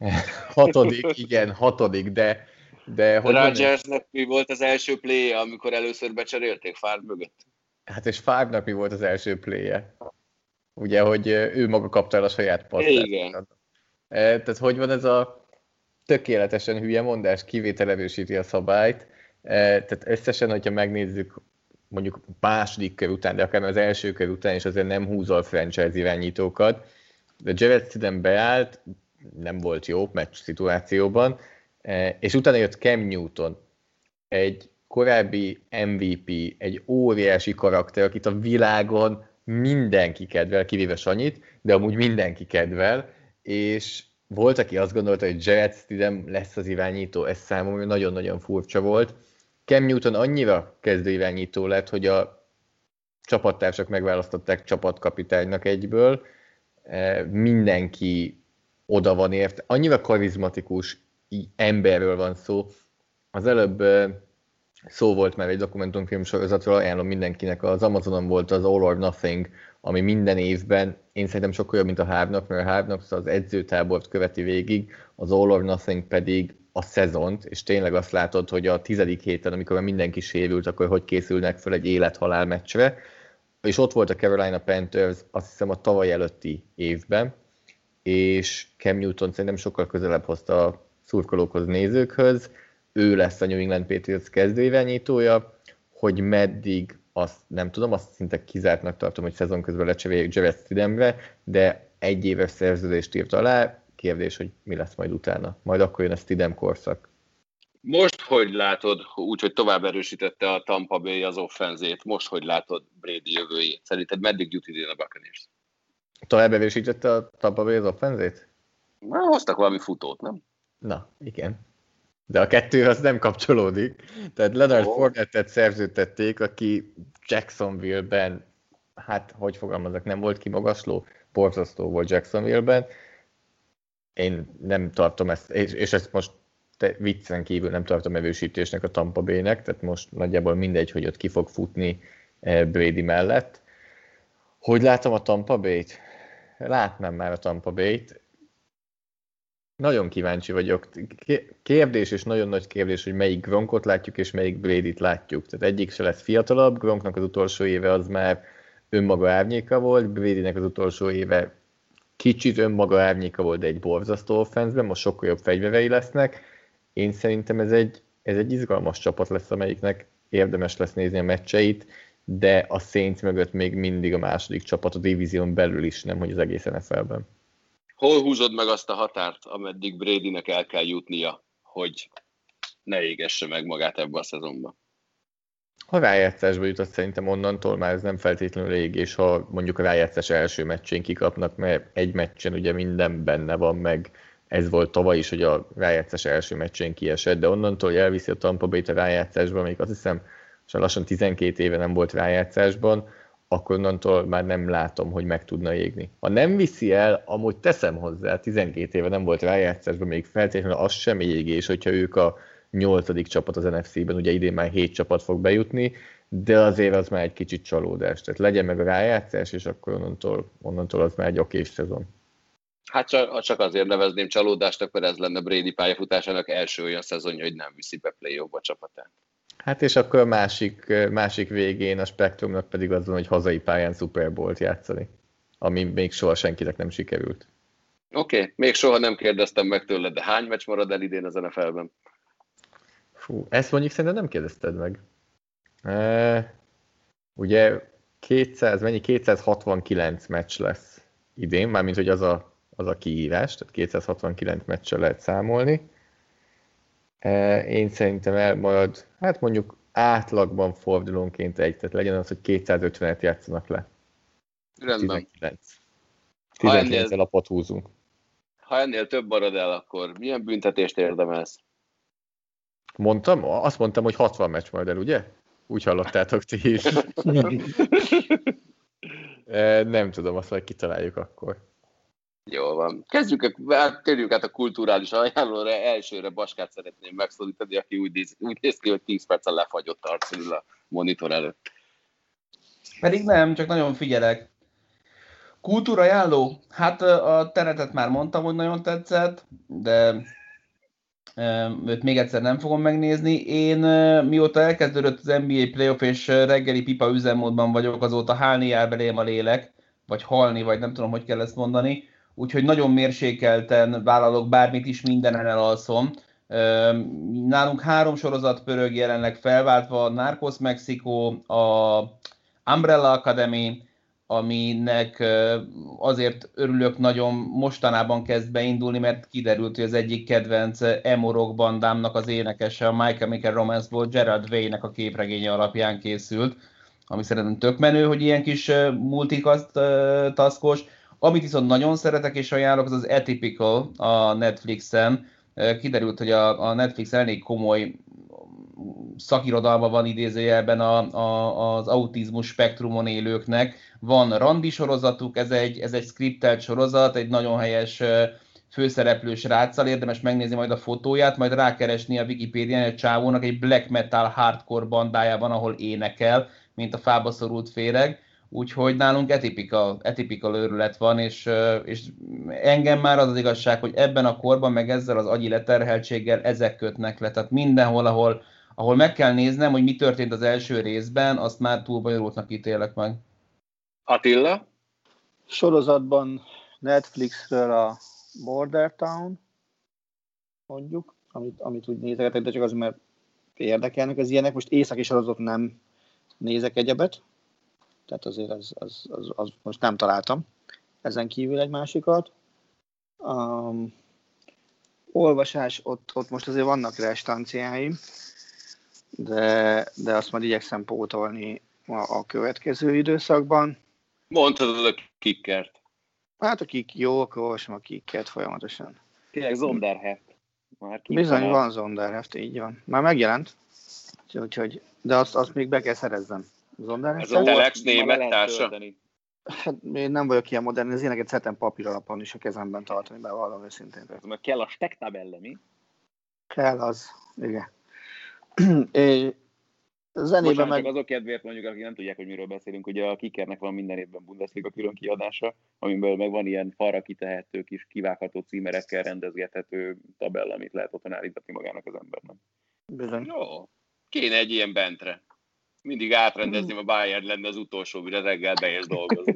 Hatodik, de Rodgersnek mi volt az első play-je, amikor először becserélték Favre mögött? Hát és Favre-nak mi volt az első play-je? Ugye, hogy ő maga kapta el a saját passzát. Igen. Tehát hogy van ez a tökéletesen hülye mondás, kivétel erősíti a szabályt. Tehát összesen, hogyha megnézzük mondjuk második kör után, de akár az első kör után, és azért nem húzol franchise irányítókat, de Javed Stidham beállt, nem volt jó meccs szituációban, és utána jött Cam Newton, egy korábbi MVP, egy óriási karakter, akit a világon mindenki kedvel, kivéve Sanyit, de amúgy mindenki kedvel, és volt, aki azt gondolta, hogy Javed Stidham lesz az irányító, ez számomra nagyon-nagyon furcsa volt. Cam Newton annyira kezdő irányító lett, hogy a csapattársak megválasztották csapatkapitánynak egyből, mindenki oda van ért, annyira karizmatikus emberről van szó. Az előbb szó volt már egy dokumentumfilm sorozatról, ajánlom mindenkinek, az Amazonon volt az All or Nothing, ami minden évben, én szerintem sokkal jobb, mint a Hard Knocks, mert a Hard Knocks az edzőtábort követi végig, az All or Nothing pedig a szezont, és tényleg azt látod, hogy a 10. héten, amikor mindenki sérült, akkor hogy készülnek fel egy élet-halál meccsre, és ott volt a Carolina Panthers, azt hiszem a tavaly előtti évben, és Cam Newton szerintem sokkal közelebb hozta a szurkolókhoz, nézőkhöz, ő lesz a New England Patriots kezdőirányítója, hogy meddig, azt nem tudom, azt szinte kizártnak tartom, hogy szezon közben lecseréljük Javed Stidhamre, de egy éves szerződést írt alá, kérdés, hogy mi lesz majd utána. Majd akkor jön a Stidham korszak. Most hogy látod, úgyhogy tovább erősítette a Tampa Bay az offenzét, most hogy látod Brady jövőjét? Szerinted meddig jut idén a Buccaneers? Tovább erősítette a Tampa Bay az offenzét? Hoztak valami futót, nem? Na, igen. De a kettő az nem kapcsolódik. Tehát Leonard Fournette-et szerződtették, aki Jacksonville-ben, hát hogy fogalmazok, nem volt kimagasló, borzasztó volt Jacksonville-ben. Én nem tartom ezt, és ezt most viccen kívül nem tartom erősítésnek a Tampa Bay-nek, tehát most nagyjából mindegy, hogy ott ki fog futni Brady mellett. Hogy látom a Tampa Bay-t? Látnám már a Tampa Bay-t. Nagyon kíváncsi vagyok. Kérdés, és nagyon nagy kérdés, hogy melyik Gronkot látjuk, és melyik Bradyt látjuk. Tehát egyik se lesz fiatalabb, Gronknak az utolsó éve az már önmaga árnyéka volt, Bradynek az utolsó éve kicsit önmaga árnyéka volt, de egy borzasztó offenszben, most sokkal jobb fegyverei lesznek. Én szerintem ez egy izgalmas csapat lesz, amelyiknek érdemes lesz nézni a meccseit, de a Saints mögött még mindig a második csapat a divízión belül is, nem hogy az egész NFL-ben. Hol húzod meg azt a határt, ameddig Bradynek el kell jutnia, hogy ne égesse meg magát ebbe a szezonban? Ha rájátszásba jutott, szerintem onnantól már ez nem feltétlenül égés, ha mondjuk a rájátszás első meccsén kikapnak, mert egy meccsen ugye minden benne van, meg ez volt tavaly is, hogy a rájátszás első meccsén kiesett, de onnantól, hogy elviszi a Tampa Bay-t a rájátszásba, még azt hiszem, lassan 12 éve nem volt rájátszásban, akkor onnantól már nem látom, hogy meg tudna égni. Ha nem viszi el, amúgy teszem hozzá, 12 éve nem volt rájátszásban, még feltétlenül az sem égés, hogyha ők a 8. csapat az NFC-ben, ugye idén már 7 csapat fog bejutni, de azért az már egy kicsit csalódás. Tehát legyen meg a rájátszás, és akkor onnantól az már egy okés szezon. Hát csak azért nevezném csalódásnak, mert ez lenne Brady pályafutásának első olyan szezonja, hogy nem viszi be play-offba a csapatát. Hát és akkor a másik végén a spektrumnak pedig az van, hogy hazai pályán Super Bowl-t játszani, ami még soha senkinek nem sikerült. Oké, még soha nem kérdeztem meg tőled, de hány meccs marad el idén az NFL-ben? Fú, ezt mondjuk szerintem nem kérdezted meg. Ugye 269 meccs lesz idén, mármint hogy az a kihívás, tehát 269 meccsel lehet számolni. Én szerintem elmarad, hát mondjuk átlagban fordulónként egy, tehát legyen az, hogy 250-et játszanak le. Rendben. 19 lapot húzunk. Ha ennél több marad el, akkor milyen büntetést érdemelsz? Mondtam? Azt mondtam, hogy 60 meccs majd el, ugye? Úgy hallottátok ti is. Nem tudom, azt majd kitaláljuk akkor. Jól van. Térjünk át a kulturális ajánlóra. Elsőre Baskát szeretném megszólítani, aki úgy néz ki, hogy 10 perccel lefagyott arcul a monitor előtt. Pedig nem, csak nagyon figyelek. Kultúrajánló? Hát a Tenetet már mondtam, hogy nagyon tetszett, de őt még egyszer nem fogom megnézni. Én mióta elkezdődött az NBA playoff és reggeli pipa üzemmódban vagyok, azóta hálni jár belém a lélek, vagy halni, vagy nem tudom, hogy kell ezt mondani. Úgyhogy nagyon mérsékelten vállalok bármit is, mindenen elalszom. Nálunk 3 sorozat pörög jelenleg felváltva, a Narcos Mexico, a Umbrella Academy, aminek azért örülök nagyon, mostanában kezd beindulni, mert kiderült, hogy az egyik kedvenc emo rock bandámnak az énekese, a My Chemical Romance-ból Gerard Way-nek a képregénye alapján készült, ami szerintem tök menő, hogy ilyen kis multikasztaszkos. Amit viszont nagyon szeretek és ajánlok, az az Atypical a Netflixen. Kiderült, hogy a Netflix elég komoly szakirodalma van idézőjelben az autizmus spektrumon élőknek. Van randi sorozatuk, ez egy skriptelt sorozat, egy nagyon helyes főszereplős ráccal, érdemes megnézni majd a fotóját, majd rákeresni a Wikipédián, egy csávónak egy black metal hardcore bandája van, ahol énekel, mint a fába szorult féreg. Úgyhogy nálunk atypical őrület van, és engem már az igazság, hogy ebben a korban, meg ezzel az agyi leterheltséggel ezek kötnek le. Tehát mindenhol, ahol meg kell néznem, hogy mi történt az első részben, azt már túl bonyolultnak ítélek meg. Attila? Sorozatban Netflixről a Border Town, mondjuk, amit úgy nézegetek, de csak az, mert érdekelnek az ilyenek. Most északi sorozat nem nézek egyebet, tehát azért az most nem találtam. Ezen kívül egy másikat. Olvasás, ott most azért vannak restanciáim, de azt majd igyekszem pótolni a következő időszakban. Mondhatod a Kickert. Hát a Kick jó, akkor olvasom a Kicket folyamatosan. Tényleg Zonderheft. Bizony van Zonderheft, így van. Már megjelent, úgyhogy, de azt még be kell szerezzem. Ez a Telex német társa. Hát én nem vagyok ilyen modern, az ilyeneket szeretem papíralapon is a kezemben tartani, bevallom őszintén. Mert kell a stektabelle, mi? Kell az, igen. Zenében meg... azok kedvéért mondjuk, akik nem tudják, hogy miről beszélünk, ugye a Kickernek van minden évben Bundesliga külön kiadása, amiből meg van ilyen falra kitehető kis kivágható címerekkel rendezgethető tabella, amit lehet otthon állítani magának az embernek. Bizony. Jó. Kéne egy ilyen bentre. Mindig átrendezném, a Bayern lenne az utolsó, mire reggel beérsz dolgozni.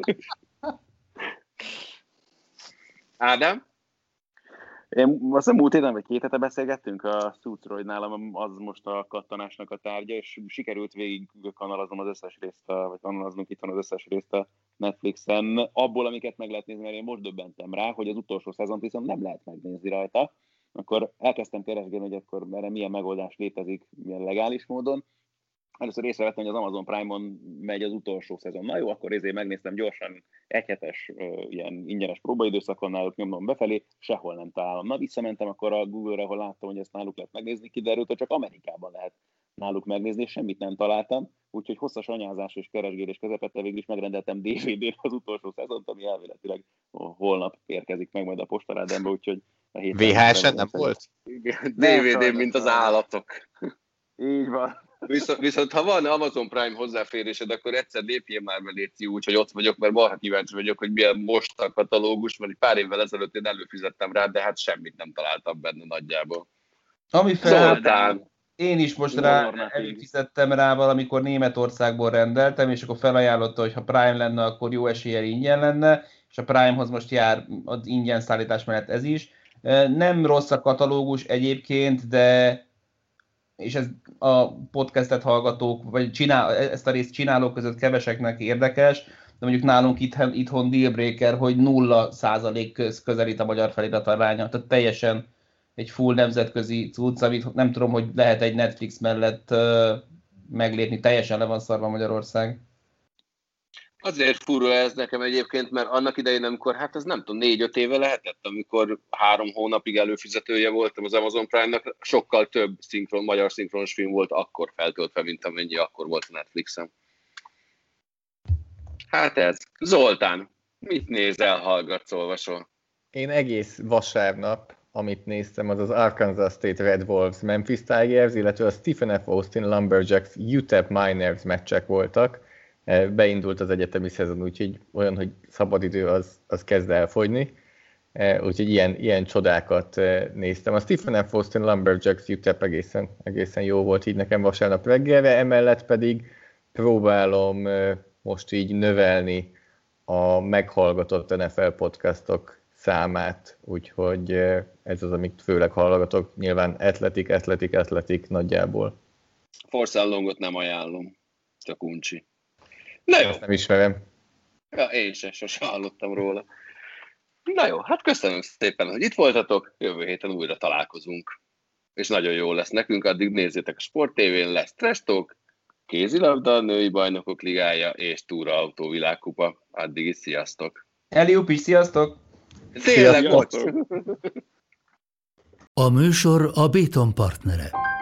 Ádám? Én azt hiszem múlt héten vagy 2 hete beszélgettünk a Suitsról, hogy nálam az most a kattanásnak a tárgya, és sikerült végig kanalaznom az összes részt, vagy kanalaznunk itt van az összes részt a Netflixen. Abból, amiket meg lehet nézni, mert én most döbbentem rá, hogy az utolsó szezont viszont nem lehet megnézni rajta. Akkor elkezdtem keresgélni, hogy akkor erre milyen megoldás létezik, milyen legális módon. Először észrevettem, hogy az Amazon Prime-on megy az utolsó szezon. Na jó, akkor ezért megnéztem gyorsan, egyhetes ilyen ingyenes próbaidőszakon náluk nyomnom befelé, sehol nem találom. Na, visszamentem akkor a Google-re, ahol láttam, hogy ezt náluk lehet megnézni, kiderült, hogy csak Amerikában lehet náluk megnézni, és semmit nem találtam. Úgyhogy hosszas anyázás és keresgélés közepette végül is megrendeltem DVD-n az utolsó szezont, ami elméletileg holnap érkezik meg majd a postarádembe, úgyhogy a héten... VHS-en nem volt? DVD-n, mint az állatok. Így van. Viszont ha van Amazon Prime hozzáférésed, akkor egyszer lépjél már be, légy úgy, hogy ott vagyok, mert marha kíváncsi vagyok, hogy milyen most a katalógus, mert egy pár évvel ezelőtt én előfizettem rá, de hát semmit nem találtam benne nagyjából. Ami fel, én is most rá előfizettem rá valamikor Németországból rendeltem, és akkor felajánlotta, hogy ha Prime lenne, akkor jó eséllyel ingyen lenne, és a Primehoz most jár az ingyen szállítás mellett ez is. Nem rossz a katalógus egyébként, de és ez a podcastet hallgatók, vagy ezt a részt csinálók között keveseknek érdekes, de mondjuk nálunk itthon dealbreaker, hogy 0% közelít a magyar felirataránya, tehát teljesen egy full nemzetközi cucc, amit nem tudom, hogy lehet egy Netflix mellett meglépni, teljesen le van szarva Magyarország. Azért furó ez nekem egyébként, mert annak idején, amikor, hát ez nem tudom, 4-5 éve lehetett, amikor 3 hónapig előfizetője voltam az Amazon Prime-nak, sokkal több magyar szinkronos film volt akkor feltöltve, mint amennyi akkor volt a Netflixen. Hát ez. Zoltán, mit nézel, hallgatsz, olvasol? Én egész vasárnap, amit néztem, az Arkansas State Red Wolves Memphis Tigers, illetve a Stephen F. Austin Lumberjacks UTEP Miners meccsek voltak. Beindult az egyetemi szezon, úgyhogy olyan, hogy szabadidő az kezd elfogyni. Úgyhogy ilyen csodákat néztem. A Stephen F. Austin Lumberjacks UTEP egészen jó volt így nekem vasárnap reggelre, emellett pedig próbálom most így növelni a meghallgatott NFL podcastok számát, úgyhogy ez az, amit főleg hallgatok, nyilván Athletic nagyjából. Force Longot nem ajánlom, csak uncsi. Na jó. Ezt nem ismerem. Ja, én sem, sose hallottam róla. Na jó, hát köszönöm szépen, hogy itt voltatok, jövő héten újra találkozunk. És nagyon jó lesz nekünk, addig nézzétek a Sport TV-n, lesz Trash Talk, kézilabda, női bajnokok ligája és túraautó világkupa. Addig is sziasztok! Eliup is, sziasztok! Tényleg, A műsor a Béton partnere.